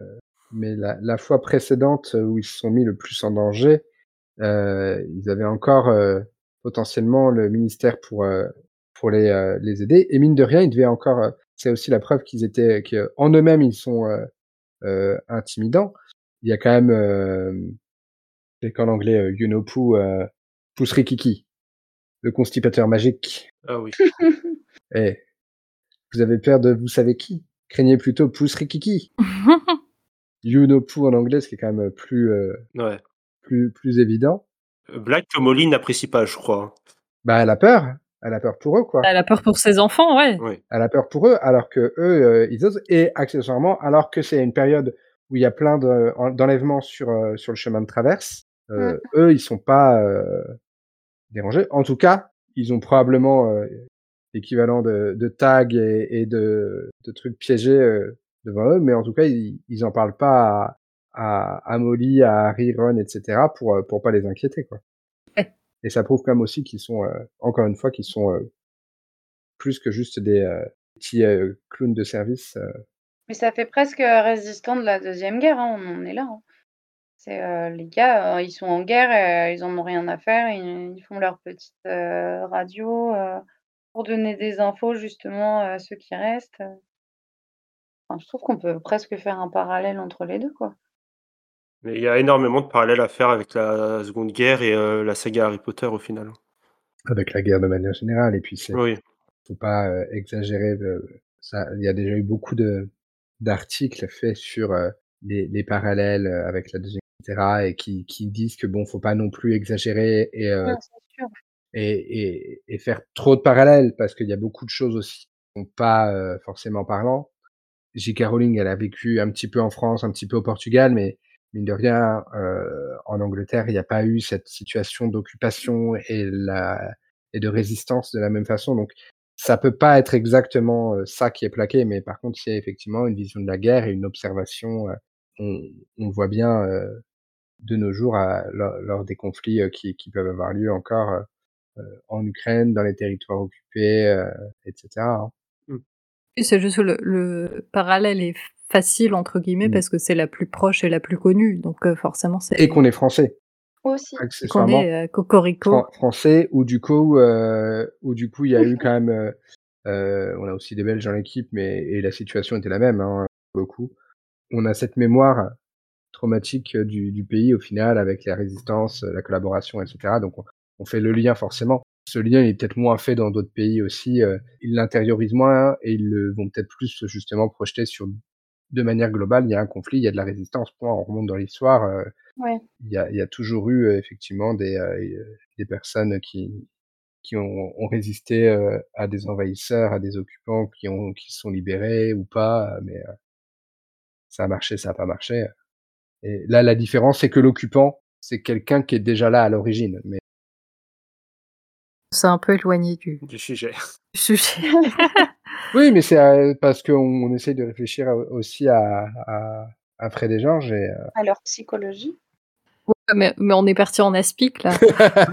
la fois précédente, où ils se sont mis le plus en danger, ils avaient encore, potentiellement le ministère pour les aider et mine de rien, ils devaient encore, c'est aussi la preuve qu'en eux-mêmes, ils sont, intimidants. Il y a quand même, c'est qu'en anglais, you know Pooh, Pouce-Rikiki, le constipateur magique. Ah oui, Eh, vous avez peur de vous savez qui? Craignez plutôt Pouce-Rikiki. You know Pooh en anglais, ce qui est quand même, ouais. plus évident. Blague que Molly n'apprécie pas, je crois, hein. Bah, elle a peur pour eux, quoi. Elle a peur pour ses enfants, ouais. Oui. Elle a peur pour eux, alors qu'eux, ils osent et accessoirement, alors que c'est une période où il y a plein d'enlèvements sur le chemin de traverse, Mmh. eux, ils sont pas, dérangés. En tout cas, ils ont probablement, l'équivalent de tags et de trucs piégés, devant eux, mais en tout cas, ils en parlent pas à Molly, à Harry, Ron et cetera pour pas les inquiéter, quoi. Ouais. Et ça prouve quand même aussi qu'ils sont, encore une fois, qu'ils sont, plus que juste des, petits, clowns de service, Mais ça fait presque, résistant de la deuxième guerre, hein, on en est là, hein. Les gars, ils sont en guerre, ils en ont rien à faire, ils font leur petite, radio, pour donner des infos justement, à ceux qui restent. Enfin, je trouve qu'on peut presque faire un parallèle entre les 2, quoi. Mais il y a énormément de parallèles à faire avec la Seconde Guerre et la saga Harry Potter au final, hein. avec la guerre de manière générale et puis Oui, faut pas, exagérer ça. Il y a déjà eu beaucoup d'articles faits sur, les parallèles, avec la deuxième et cetera et qui disent que bon, faut pas non plus exagérer C'est sûr. et faire trop de parallèles parce qu'il y a beaucoup de choses aussi qui sont pas, forcément parlant. J.K. Rowling, elle a vécu un petit peu en France, un petit peu au Portugal, mais mine de rien, en Angleterre, il y a pas eu cette situation d'occupation et de résistance de la même façon, donc ça peut pas être exactement, ça qui est plaqué, mais par contre, il y a effectivement une vision de la guerre et une observation, on on le voit bien, de nos jours lors des conflits, qui peuvent avoir lieu encore, en Ukraine, dans les territoires occupés, et cetera, hein. mmh, Oui, c'est juste que le parallèle est «facile» entre guillemets Mmh parce que c'est la plus proche et la plus connue, donc forcément et c'est qu'on est français, Aussi. qu'on accessoirement. est, cocorico. Français ou du coup il y a eu quand même, on a aussi des Belges dans l'équipe mais et la situation était la même, hein, pour le coup. On a cette mémoire traumatique, du pays au final avec la résistance, la collaboration et cetera donc on fait le lien forcément. Ce lien il est peut-être moins fait dans d'autres pays aussi, ils l'intériorisent moins et ils le vont peut-être plus justement projeter sur de manière globale, il y a un conflit, il y a de la résistance, point. On remonte dans l'histoire, Ouais. il y a toujours eu, effectivement des personnes qui ont résisté, à des envahisseurs, à des occupants qui se sont libérés ou pas, mais ça a marché, ça a pas marché, et là, la différence, c'est que l'occupant, c'est quelqu'un qui est déjà là à l'origine, mais C'est un peu éloigné du Du sujet. sujet. oui, mais c'est, parce qu'on essaye de réfléchir aussi à Fred et Georges et À leur psychologie. Ouais, mais on est parti en aspic là.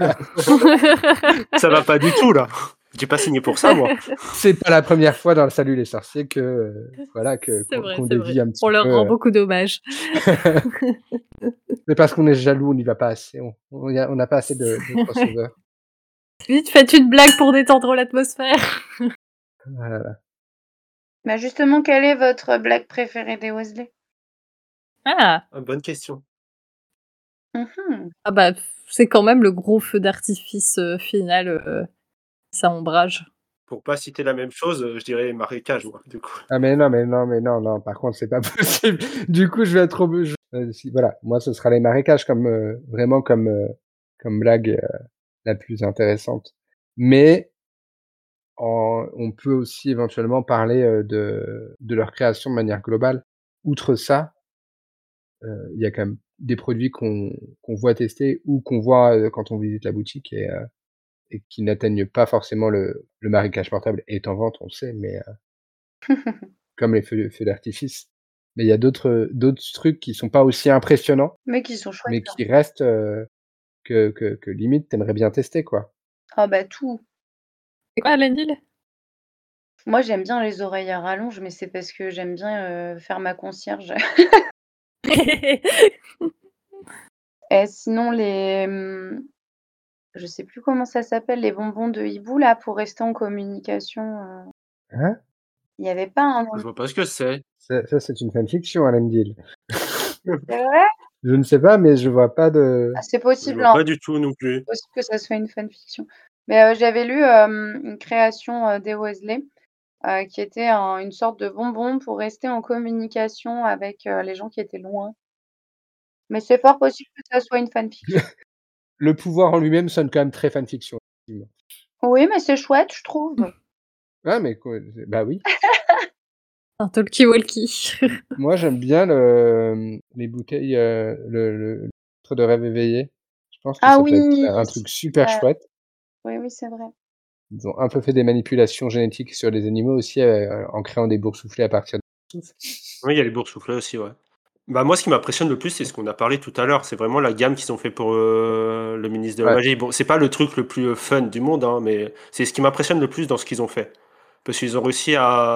Ça va pas du tout, là. J'ai pas signé pour ça, moi. c'est pas la première fois dans le Salut les sorciers que, voilà, C'est vrai, qu'on c'est dévie vrai. un petit On leur peu, rend beaucoup d'hommage. c'est parce qu'on est jaloux, on n'y va pas assez, on n'a pas assez de crossover. Vite, faites une blague pour détendre l'atmosphère. Voilà. Bah, justement, quelle est votre blague préférée des Weasley? Ah! Ah, bonne question. Mmh. Ah bah, c'est quand même le gros feu d'artifice, final, ça ombrage. Pour pas citer la même chose, je dirais marécage, moi, du coup. Ah mais non, non, par contre, c'est pas possible. Du coup, je vais être si, voilà, moi, ce sera les marécages comme, vraiment comme blague, la plus intéressante. Mais on peut aussi éventuellement parler, de leur création de manière globale. Outre ça, il y a quand même des produits qu'on voit tester ou qu'on voit, quand on visite la boutique et qui n'atteignent pas forcément le marécage portable est en vente, on le sait, mais comme les feux d'artifice. Mais il y a d'autres trucs qui sont pas aussi impressionnants, Mais qui sont chouettes, mais hein. qui restent, que limite tu aimerais bien tester, quoi. Ah bah, tout. C'est quoi, Elendil? Moi, j'aime bien les oreilles à rallonge, mais c'est parce que j'aime bien, faire ma concierge. Et sinon je sais plus comment ça s'appelle, les bonbons de hibou là, pour rester en communication, Hein? il y avait pas un Je nom? vois pas ce que c'est. Ça, c'est une fanfiction, Elendil. C'est vrai? Je ne sais pas, mais je vois pas de Ah, c'est Je possible, vois hein, pas du tout non plus. possible que ça soit une fanfiction. Mais, j'avais lu, une création, des Weasley, qui était une sorte de bonbon pour rester en communication avec, les gens qui étaient loin. Mais c'est fort possible que ça soit une fanfiction. le pouvoir en lui-même sonne quand même très fanfiction, effectivement. Oui, mais c'est chouette, je trouve. Ah mais quoi, bah oui. Un talkie-walkie. Moi, j'aime bien les bouteilles, le titre de Rêve éveillé. Je pense que Ah ça peut être oui! un truc super Ouais, chouette. oui, oui, c'est vrai. Ils ont un peu fait des manipulations génétiques sur les animaux aussi, en créant des boursouflés à partir de souffle. Oui, il y a les boursouflés aussi, ouais. Bah, moi, ce qui m'impressionne le plus, c'est ce qu'on a parlé tout à l'heure. C'est vraiment la gamme qu'ils ont fait pour, le ministre de la Ouais. Magie. Bon, c'est pas le truc le plus, fun du monde, hein, mais c'est ce qui m'impressionne le plus dans ce qu'ils ont fait. Parce qu'ils ont réussi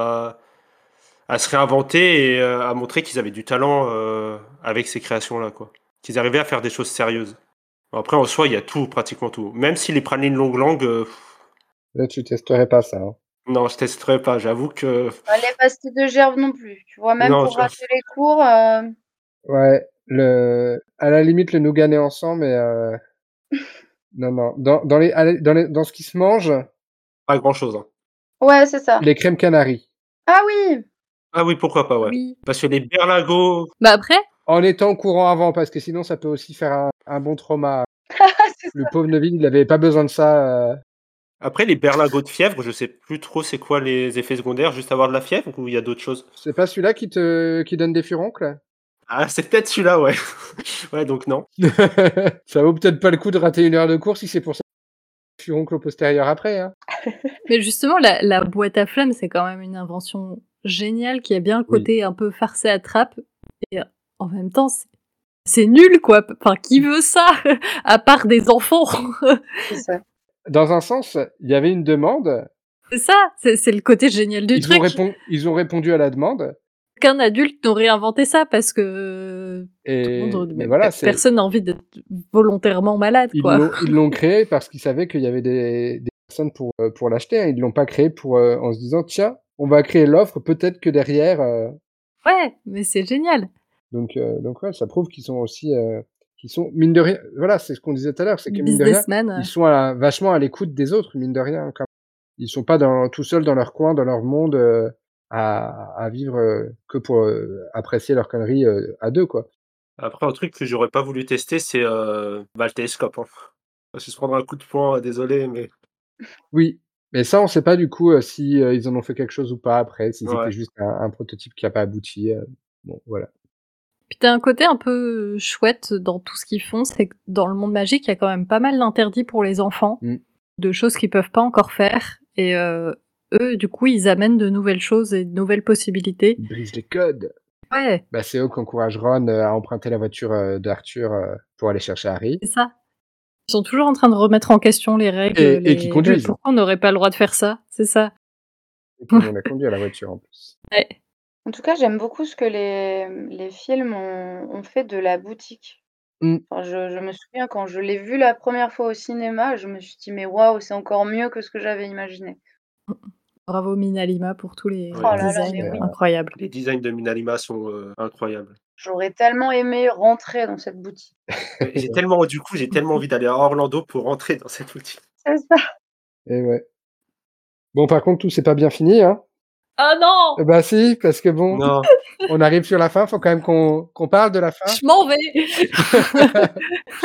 à se réinventer et à montrer qu'ils avaient du talent, avec ces créations-là, quoi. Qu'ils arrivaient à faire des choses sérieuses. Bon, après, en soi, il y a tout, pratiquement tout. Même si les pralines longue langue, Là, tu testerais pas ça, hein? non, je testerai pas. J'avoue que Les pastilles de gerbe non plus, tu vois? Même non, pour rater les cours, Ouais, à la limite, le nougat néançant, mais non, non. Dans ce qui se mange, pas grand-chose, hein. ouais, c'est ça. les crèmes canaries. Ah oui! Ah oui, pourquoi pas, ouais. Oui. Parce que les berlingots Bah, après, En étant au courant avant, parce que sinon ça peut aussi faire un bon trauma. C'est Le ça. pauvre Neville, il avait pas besoin de ça, après les berlingots de fièvre, je sais plus trop c'est quoi les effets secondaires, juste avoir de la fièvre ou il y a d'autres choses? C'est pas celui-là qui donne des furoncles? Ah, c'est peut-être celui-là, ouais. Ouais, donc non. Ça vaut peut-être pas le coup de rater 1 heure de cours si c'est pour ça furoncle au postérieur après, hein. mais justement, la boîte à flammes, c'est quand même une invention géniale qui a bien le Oui. côté un peu farce et attrape. Et en même temps, c'est nul, quoi. Enfin, qui veut ça? À part des enfants. C'est ça. Dans un sens, il y avait une demande, C'est ça, c'est le côté génial du truc. ils ont répondu à la demande Qu'un adulte n'aurait inventé ça parce que tout le et monde, mais voilà, c'est personne n'a envie d'être volontairement malade, quoi. ils l'ont créé parce qu'ils savaient qu'il y avait des personnes pour l'acheter, hein. Ils l'ont pas créé en se disant: «Tiens, on va créer l'offre, peut-être que derrière», Ouais, mais c'est génial. donc ouais, ça prouve qu'ils sont aussi, qu'ils sont mine de rien voilà, c'est ce qu'on disait tout à l'heure, c'est que mine de rien, Businessman. ils sont vachement à l'écoute des autres, mine de rien, quand ils sont pas tout seuls dans leur coin, dans leur monde, à vivre que pour apprécier leurs conneries à deux, quoi. Après, un truc que j'aurais pas voulu tester, c'est bah, le télescope, hein. Je vais se prendre un coup de poing, désolé, mais Oui, mais ça, on sait pas du coup si ils en ont fait quelque chose ou pas après, si c'était ouais. juste un prototype qui a pas abouti. Bon, voilà. Puis tu as un côté un peu chouette dans tout ce qu'ils font, c'est que dans le monde magique, il y a quand même pas mal d'interdits pour les enfants, Mmh. de choses qu'ils peuvent pas encore faire. Et eux, du coup, ils amènent de nouvelles choses et de nouvelles possibilités. Ils brisent les codes. Ouais, Bah, c'est eux qui encouragent Ron à emprunter la voiture d'Arthur pour aller chercher Harry c'est ça. Ils sont toujours en train de remettre en question les règles, et qui conduisent. pourquoi on n'aurait pas le droit de faire ça, c'est ça. Et qui vont la conduire la voiture en plus. Ouais. En tout cas, j'aime beaucoup ce que les films ont fait de la boutique. Mmh. Enfin, je me souviens quand je l'ai vu la première fois au cinéma, je me suis dit: «Mais waouh, c'est encore mieux que ce que j'avais imaginé». Bravo Minalima pour tous les Oh Ouais. là là, designs mais oui. incroyables. Les designs de Minalima sont incroyables. J'aurais tellement aimé rentrer dans cette boutique. Mais j'ai tellement envie d'aller à Orlando pour rentrer dans cette boutique. C'est ça. Et ouais. Bon, par contre, tout s'est pas bien fini, hein. Oh non! Bah si, parce que bon, Non, on arrive sur la fin, faut quand même qu'on parle de la fin. Je m'en vais!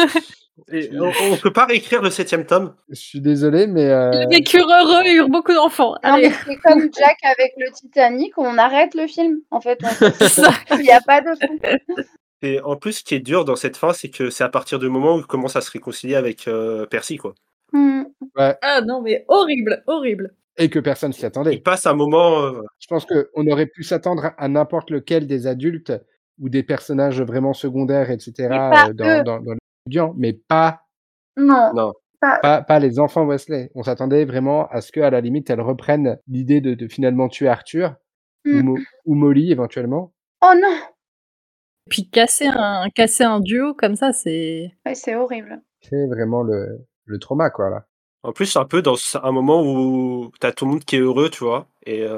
et on peut pas réécrire le 7e tome? Je suis désolé, mais Ils vécurent heureux et eurent beaucoup d'enfants. Non, Allez, mais c'est comme Jack avec le Titanic, on arrête le film. En fait, on c'est ça. il y a pas de fin. Et en plus, ce qui est dur dans cette fin, c'est que c'est à partir du moment où il commence à se réconcilier avec Percy, quoi. Mmh. ouais, Ah non, mais horrible, horrible. et que personne s'y Il attendait. passe un moment, Je pense qu'on aurait pu s'attendre à n'importe lequel des adultes ou des personnages vraiment secondaires, et Mais cetera, pas eux. dans les étudiants, mais pas Non, non. pas pas les enfants Weasley. On s'attendait vraiment à ce qu'à la limite, elles reprennent l'idée de finalement tuer Arthur mmh. ou Molly éventuellement. Oh non! Puis casser un duo comme ça, c'est... Ouais, c'est horrible. C'est vraiment le trauma, quoi, là. En plus, un peu dans un moment où tu as tout le monde qui est heureux, tu vois?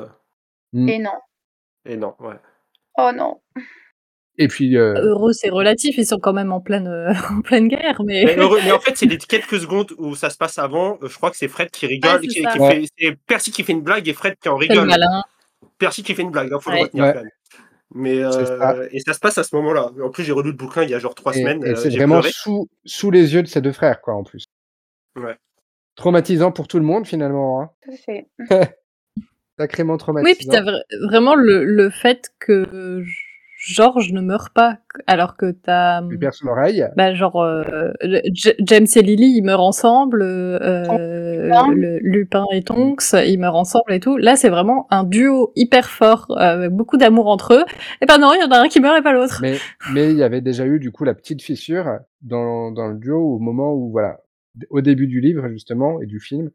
Mmh. Et non. Et non, ouais. Oh non. Et puis, Heureux, c'est relatif, ils sont quand même en pleine, en pleine guerre, mais... Mais heureux, mais en fait, c'est les quelques secondes où ça se passe avant, je crois que c'est Fred qui Ouais, rigole, c'est qui ça. Ouais. fait c'est Percy qui fait une blague et Fred qui en C'est le rigole. malin. Percy qui fait une blague, hein, faut le Ouais. retenir Ouais. quand même. Mais C'est ça. et ça se passe à ce moment-là. En plus, j'ai relu le bouquin il y a genre 3 semaines, Et c'est j'ai vraiment pleuré. sous les yeux de ces 2 frères, quoi, en plus. Ouais. Traumatisant pour tout le monde, finalement, hein. Tout à fait. Sacrément Oui, puis t'as traumatisant. vraiment le fait que George ne meurt pas, alors que t'as... Lui perd son oreille. Bah, genre, James et Lily, ils meurent ensemble, Lupin. Lupin et Tonks, ils meurent ensemble et tout. Là, c'est vraiment un duo hyper fort, avec beaucoup d'amour entre eux. Et ben non, il y en a un qui meurt et pas l'autre. Mais il y avait déjà eu, du coup, la petite fissure dans le duo au moment où, voilà, au début du livre, justement, et du film,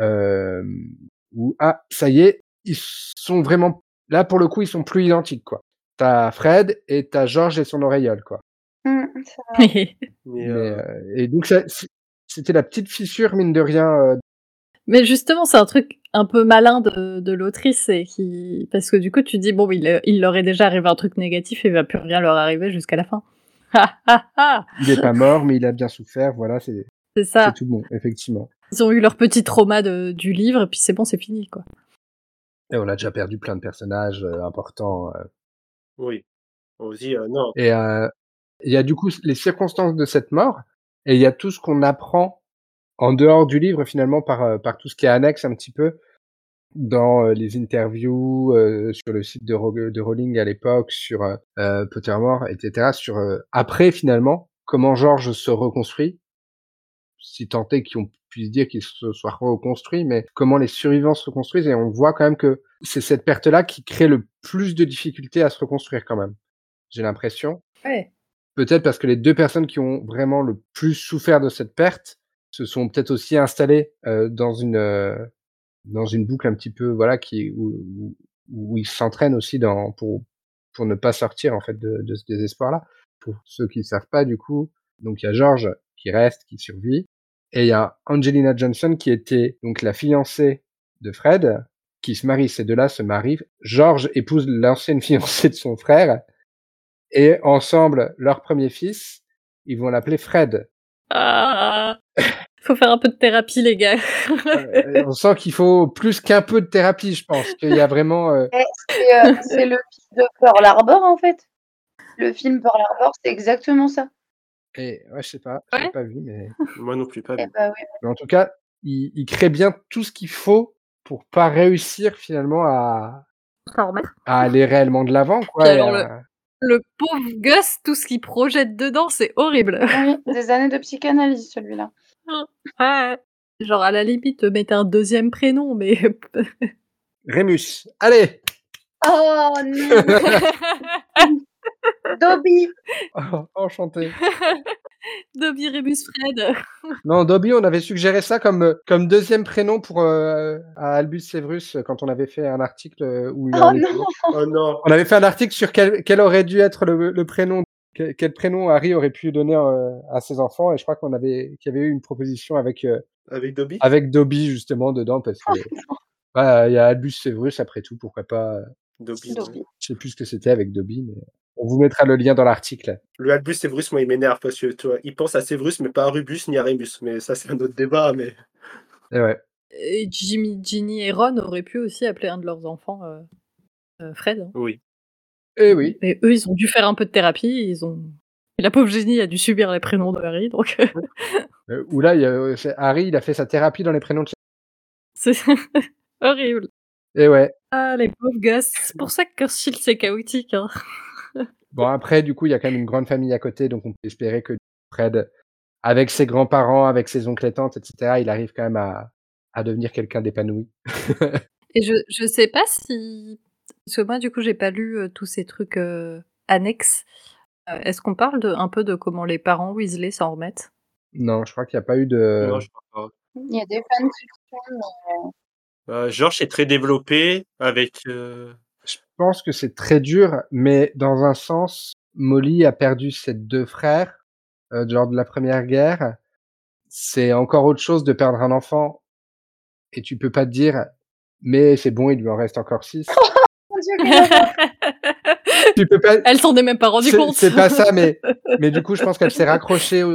où, ça y est, ils sont vraiment là, pour le coup, ils sont plus identiques, quoi. Tu Fred et tu George et son oreillette, quoi. Mmh, c'est vrai. Mais Mais et donc ça c'était la petite fissure, mine de rien, Mais justement, c'est un truc un peu malin de l'autrice, et qui... parce que du coup, tu dis, bon, il leur est déjà arrivé un truc négatif et il va plus rien leur arriver jusqu'à la fin. Ha, ha, ha. il est pas mort, mais il a bien souffert, voilà, C'est c'est ça. tout bon, effectivement. Ils ont eu leur petit trauma du livre, et puis c'est bon, c'est fini, quoi. Et on a déjà perdu plein de personnages, importants, oui. Aussi, non. et il y a du coup les circonstances de cette mort et il y a tout ce qu'on apprend en dehors du livre finalement par tout ce qui est annexe un petit peu dans, les interviews, sur le site de Rowling à l'époque, sur, Pottermore et cetera, sur, après finalement, comment George se reconstruit. Si tant est qu'on puisse dire qu'il se soit reconstruit, mais comment les survivants se reconstruisent et on voit quand même que c'est cette perte-là qui crée le plus de difficultés à se reconstruire quand même. J'ai l'impression. Ouais. Peut-être parce que les 2 personnes qui ont vraiment le plus souffert de cette perte se sont peut-être aussi installées, dans une boucle un petit peu, voilà, où ils s'entraînent aussi pour ne pas sortir en fait de ce désespoir-là. Pour ceux qui ne savent pas du coup, donc il y a George qui reste, qui survit et il y a Angelina Johnson qui était donc la fiancée de Fred, qui se marie. Ces 2-là se marient. George épouse l'ancienne fiancée de son frère et ensemble, leur premier fils, ils vont l'appeler Fred. Ah, Faut faire un peu de thérapie, les gars. On sent qu'il faut plus qu'un peu de thérapie, je pense. Qu'il y a vraiment. C'est le film de Pearl Harbor, en fait. Le film Pearl Harbor, c'est exactement ça. Et ouais, je sais pas, je l'ai Ouais. pas vu, mais. Moi non plus, pas Eh vu. bah oui. Mais en tout cas, il crée bien tout ce qu'il faut pour pas réussir finalement à aller réellement de l'avant, quoi. Puis et alors, à- le pauvre Gus, tout ce qu'il projette dedans, c'est horrible. Oui, des années de psychanalyse, celui-là. Ouais. Genre, à la limite, mettez un deuxième prénom, mais... Rémus. Allez. Oh non. Dobby. Oh, enchanté. Dobby Remus Fred. Non, Dobby, on avait suggéré ça comme deuxième prénom pour à Albus Severus quand on avait fait un article où il Oh en non. était. Oh non. On avait fait un article sur quel aurait dû être le prénom, quel prénom Harry aurait pu donner à ses enfants, et je crois qu'il y avait eu une proposition avec Avec Dobby Dobby justement dedans parce que ouais, il y a Albus Severus après tout, pourquoi pas. Dobby. Dobby. Je sais plus ce que c'était avec Dobby, mais on vous mettra le lien dans l'article. Le Albus Severus, moi, il m'énerve parce que, tu vois, il pense à Severus, mais pas à Rubus ni à Remus. Mais ça, c'est un autre débat, mais... Et ouais. Et Jimmy, Ginny et Ron auraient pu aussi appeler un de leurs enfants Fred. Hein. Oui. Et oui. Mais eux, ils ont dû faire un peu de thérapie. Et la pauvre Ginny a dû subir les prénoms de Harry, donc... Où là, Harry, il a fait sa thérapie dans les prénoms de c'est horrible. Et ouais. Ah, les pauvres gosses. C'est pour ça que Cursed, c'est chaotique. Hein. Bon, après, du coup, il y a quand même une grande famille à côté, donc on peut espérer que Fred, avec ses grands-parents, avec ses oncles et tantes, etc., il arrive quand même à devenir quelqu'un d'épanoui. Et je sais pas si... Parce que moi, du coup, j'ai pas lu tous ces trucs annexes. Est-ce qu'on parle un peu de comment les parents Weasley s'en remettent? Non, je crois qu'il n'y a pas eu de... Non, je crois pas. Il y a des fanfictions, mais Georges est très développé avec... Je pense que c'est très dur, mais dans un sens, Molly a perdu ses 2 frères, lors de la Première Guerre. C'est encore autre chose de perdre un enfant et tu peux pas te dire: «Mais c'est bon, il lui en reste encore 6». mon Dieu, quelle horreur. Tu peux pas. Elle s'en est même pas rendue compte. C'est pas ça, mais du coup, je pense qu'elle s'est raccrochée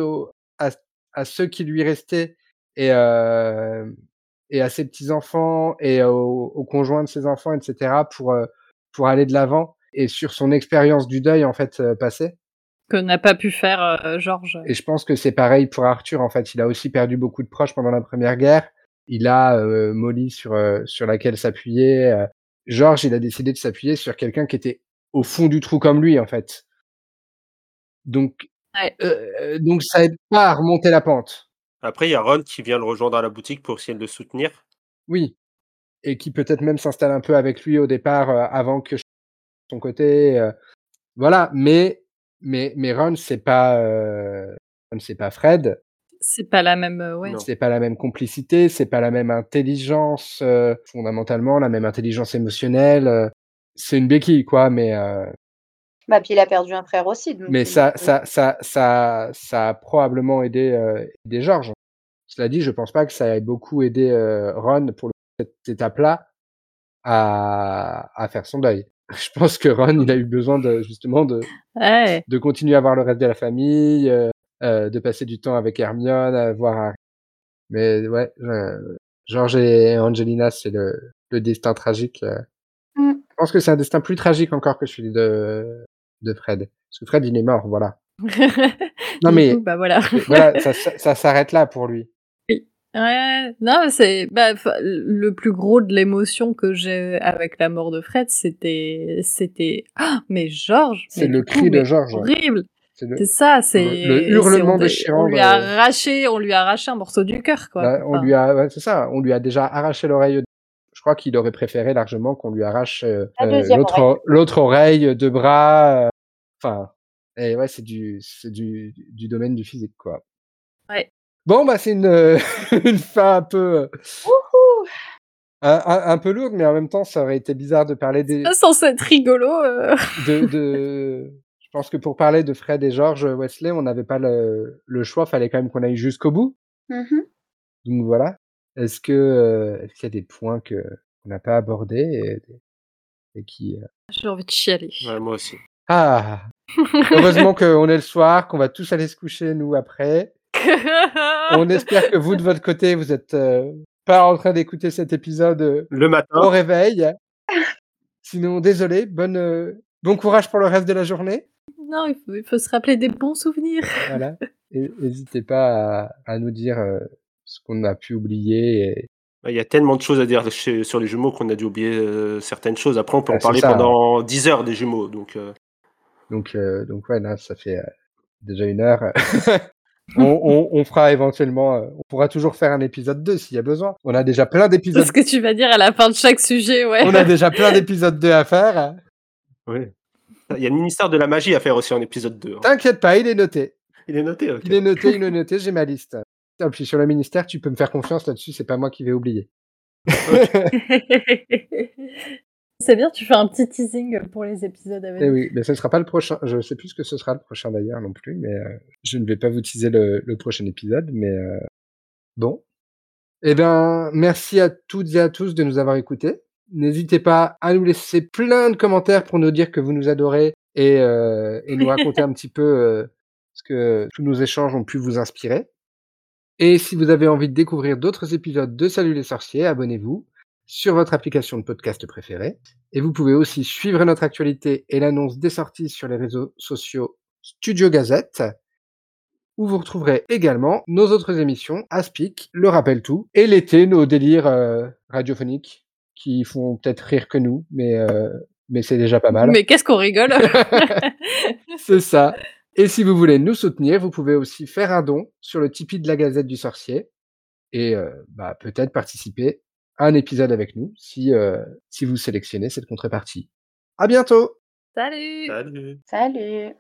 à ceux qui lui restaient et à ses petits-enfants et au conjoint de ses enfants, etc., pour aller de l'avant et sur son expérience du deuil, en fait, passé. Que n'a pas pu faire Georges. Et je pense que c'est pareil pour Arthur, en fait. Il a aussi perdu beaucoup de proches pendant la Première Guerre. Il a Molly sur laquelle s'appuyer. Georges, il a décidé de s'appuyer sur quelqu'un qui était au fond du trou comme lui, en fait. Donc Ouais. donc ça aide pas à remonter la pente. Après, il y a Ron qui vient le rejoindre à la boutique pour essayer de le soutenir. Oui, et qui peut-être même s'installe un peu avec lui au départ, avant que son côté, voilà. Mais Ron, c'est pas Fred. C'est pas la même... ouais. Non. C'est pas la même complicité, c'est pas la même intelligence, fondamentalement, la même intelligence émotionnelle. C'est une béquille, quoi, mais Bah, puis il a perdu un frère aussi, donc ça a probablement aidé Georges. Cela dit, je pense pas que ça ait beaucoup aidé, Ron pour cette étape-là à faire son deuil. Je pense que Ron, il a eu besoin justement Ouais. de continuer à voir le reste de la famille, de passer du temps avec Hermione, à voir Harry. Mais ouais, George et Angelina, c'est le destin tragique. Mmh. Je pense que c'est un destin plus tragique encore que celui de Fred. Parce que Fred, il est mort, voilà. Non, Du mais coup, bah voilà. voilà, ça s'arrête là pour lui. Ouais, non, mais c'est le plus gros de l'émotion que j'ai avec la mort de Fred, c'était ah, mais Georges, C'est mais le du coup, cri de mais Georges. horrible. C'est le C'est ça, le hurlement on déchirant lui de... a arraché un morceau du cœur, quoi. Bah, Enfin, ouais, c'est ça, on lui a déjà arraché l'oreille. Je crois qu'il aurait préféré largement qu'on lui arrache La deuxième oreille. l'autre oreille, 2 bras, enfin, et ouais, c'est du domaine du physique, quoi. ouais. Bon, bah, c'est une une fin un peu, Wouhou! un peu lourde, mais en même temps, ça aurait été bizarre de parler C'est pas censé être rigolo. je pense que pour parler de Fred et George Weasley, on n'avait pas le choix, fallait quand même qu'on aille jusqu'au bout. Mmh. Donc voilà. Est-ce qu'il y a des points qu'on n'a pas abordés et qui... J'ai envie de chialer. Ouais, moi aussi. Ah! Heureusement qu'on est le soir, qu'on va tous aller se coucher, nous, après. On espère que vous, de votre côté, vous êtes pas en train d'écouter cet épisode Le matin. au réveil. Sinon, désolé, bon courage pour le reste de la journée. Non, il faut se rappeler des bons souvenirs. Voilà. Et n'hésitez pas à nous dire ce qu'on a pu oublier. Il y a tellement de choses à dire sur les jumeaux qu'on a dû oublier certaines choses. Après, on peut en c'est parler ça. pendant 10 heures des jumeaux. Donc ouais, là, ça fait déjà 1 heure. On fera éventuellement, on pourra toujours faire un épisode 2 s'il y a besoin. On a déjà plein C'est d'épisodes. ce que tu vas dire à la fin de chaque sujet, ouais. On a déjà plein d'épisodes 2 à faire. oui. Il y a le ministère de la magie à faire aussi en épisode 2. Hein. T'inquiète pas, il est noté. Il est noté, ok. Il est noté, j'ai ma liste. Et puis sur le ministère, tu peux me faire confiance là-dessus, c'est pas moi qui vais oublier. C'est bien, tu fais un petit teasing pour les épisodes à Eh venir. oui, mais ce ne sera pas le prochain. Je sais plus ce que ce sera le prochain d'ailleurs non plus, mais je ne vais pas vous teaser le prochain épisode, mais bon. Eh bien, merci à toutes et à tous de nous avoir écoutés. N'hésitez pas à nous laisser plein de commentaires pour nous dire que vous nous adorez et nous raconter un petit peu ce que tous nos échanges ont pu vous inspirer. Et si vous avez envie de découvrir d'autres épisodes de Salut les sorciers, abonnez-vous sur votre application de podcast préférée. Et vous pouvez aussi suivre notre actualité et l'annonce des sorties sur les réseaux sociaux Studio Gazette, où vous retrouverez également nos autres émissions, Aspic, Le Rappel Tout, et l'été, nos délires radiophoniques, qui font peut-être rire que nous, mais c'est déjà pas mal. Mais qu'est-ce qu'on rigole. C'est ça. Et si vous voulez nous soutenir, vous pouvez aussi faire un don sur le Tipeee de la Gazette du Sorcier, et peut-être participer à un épisode avec nous, si vous sélectionnez cette contrepartie. À bientôt! Salut. Salut. Salut.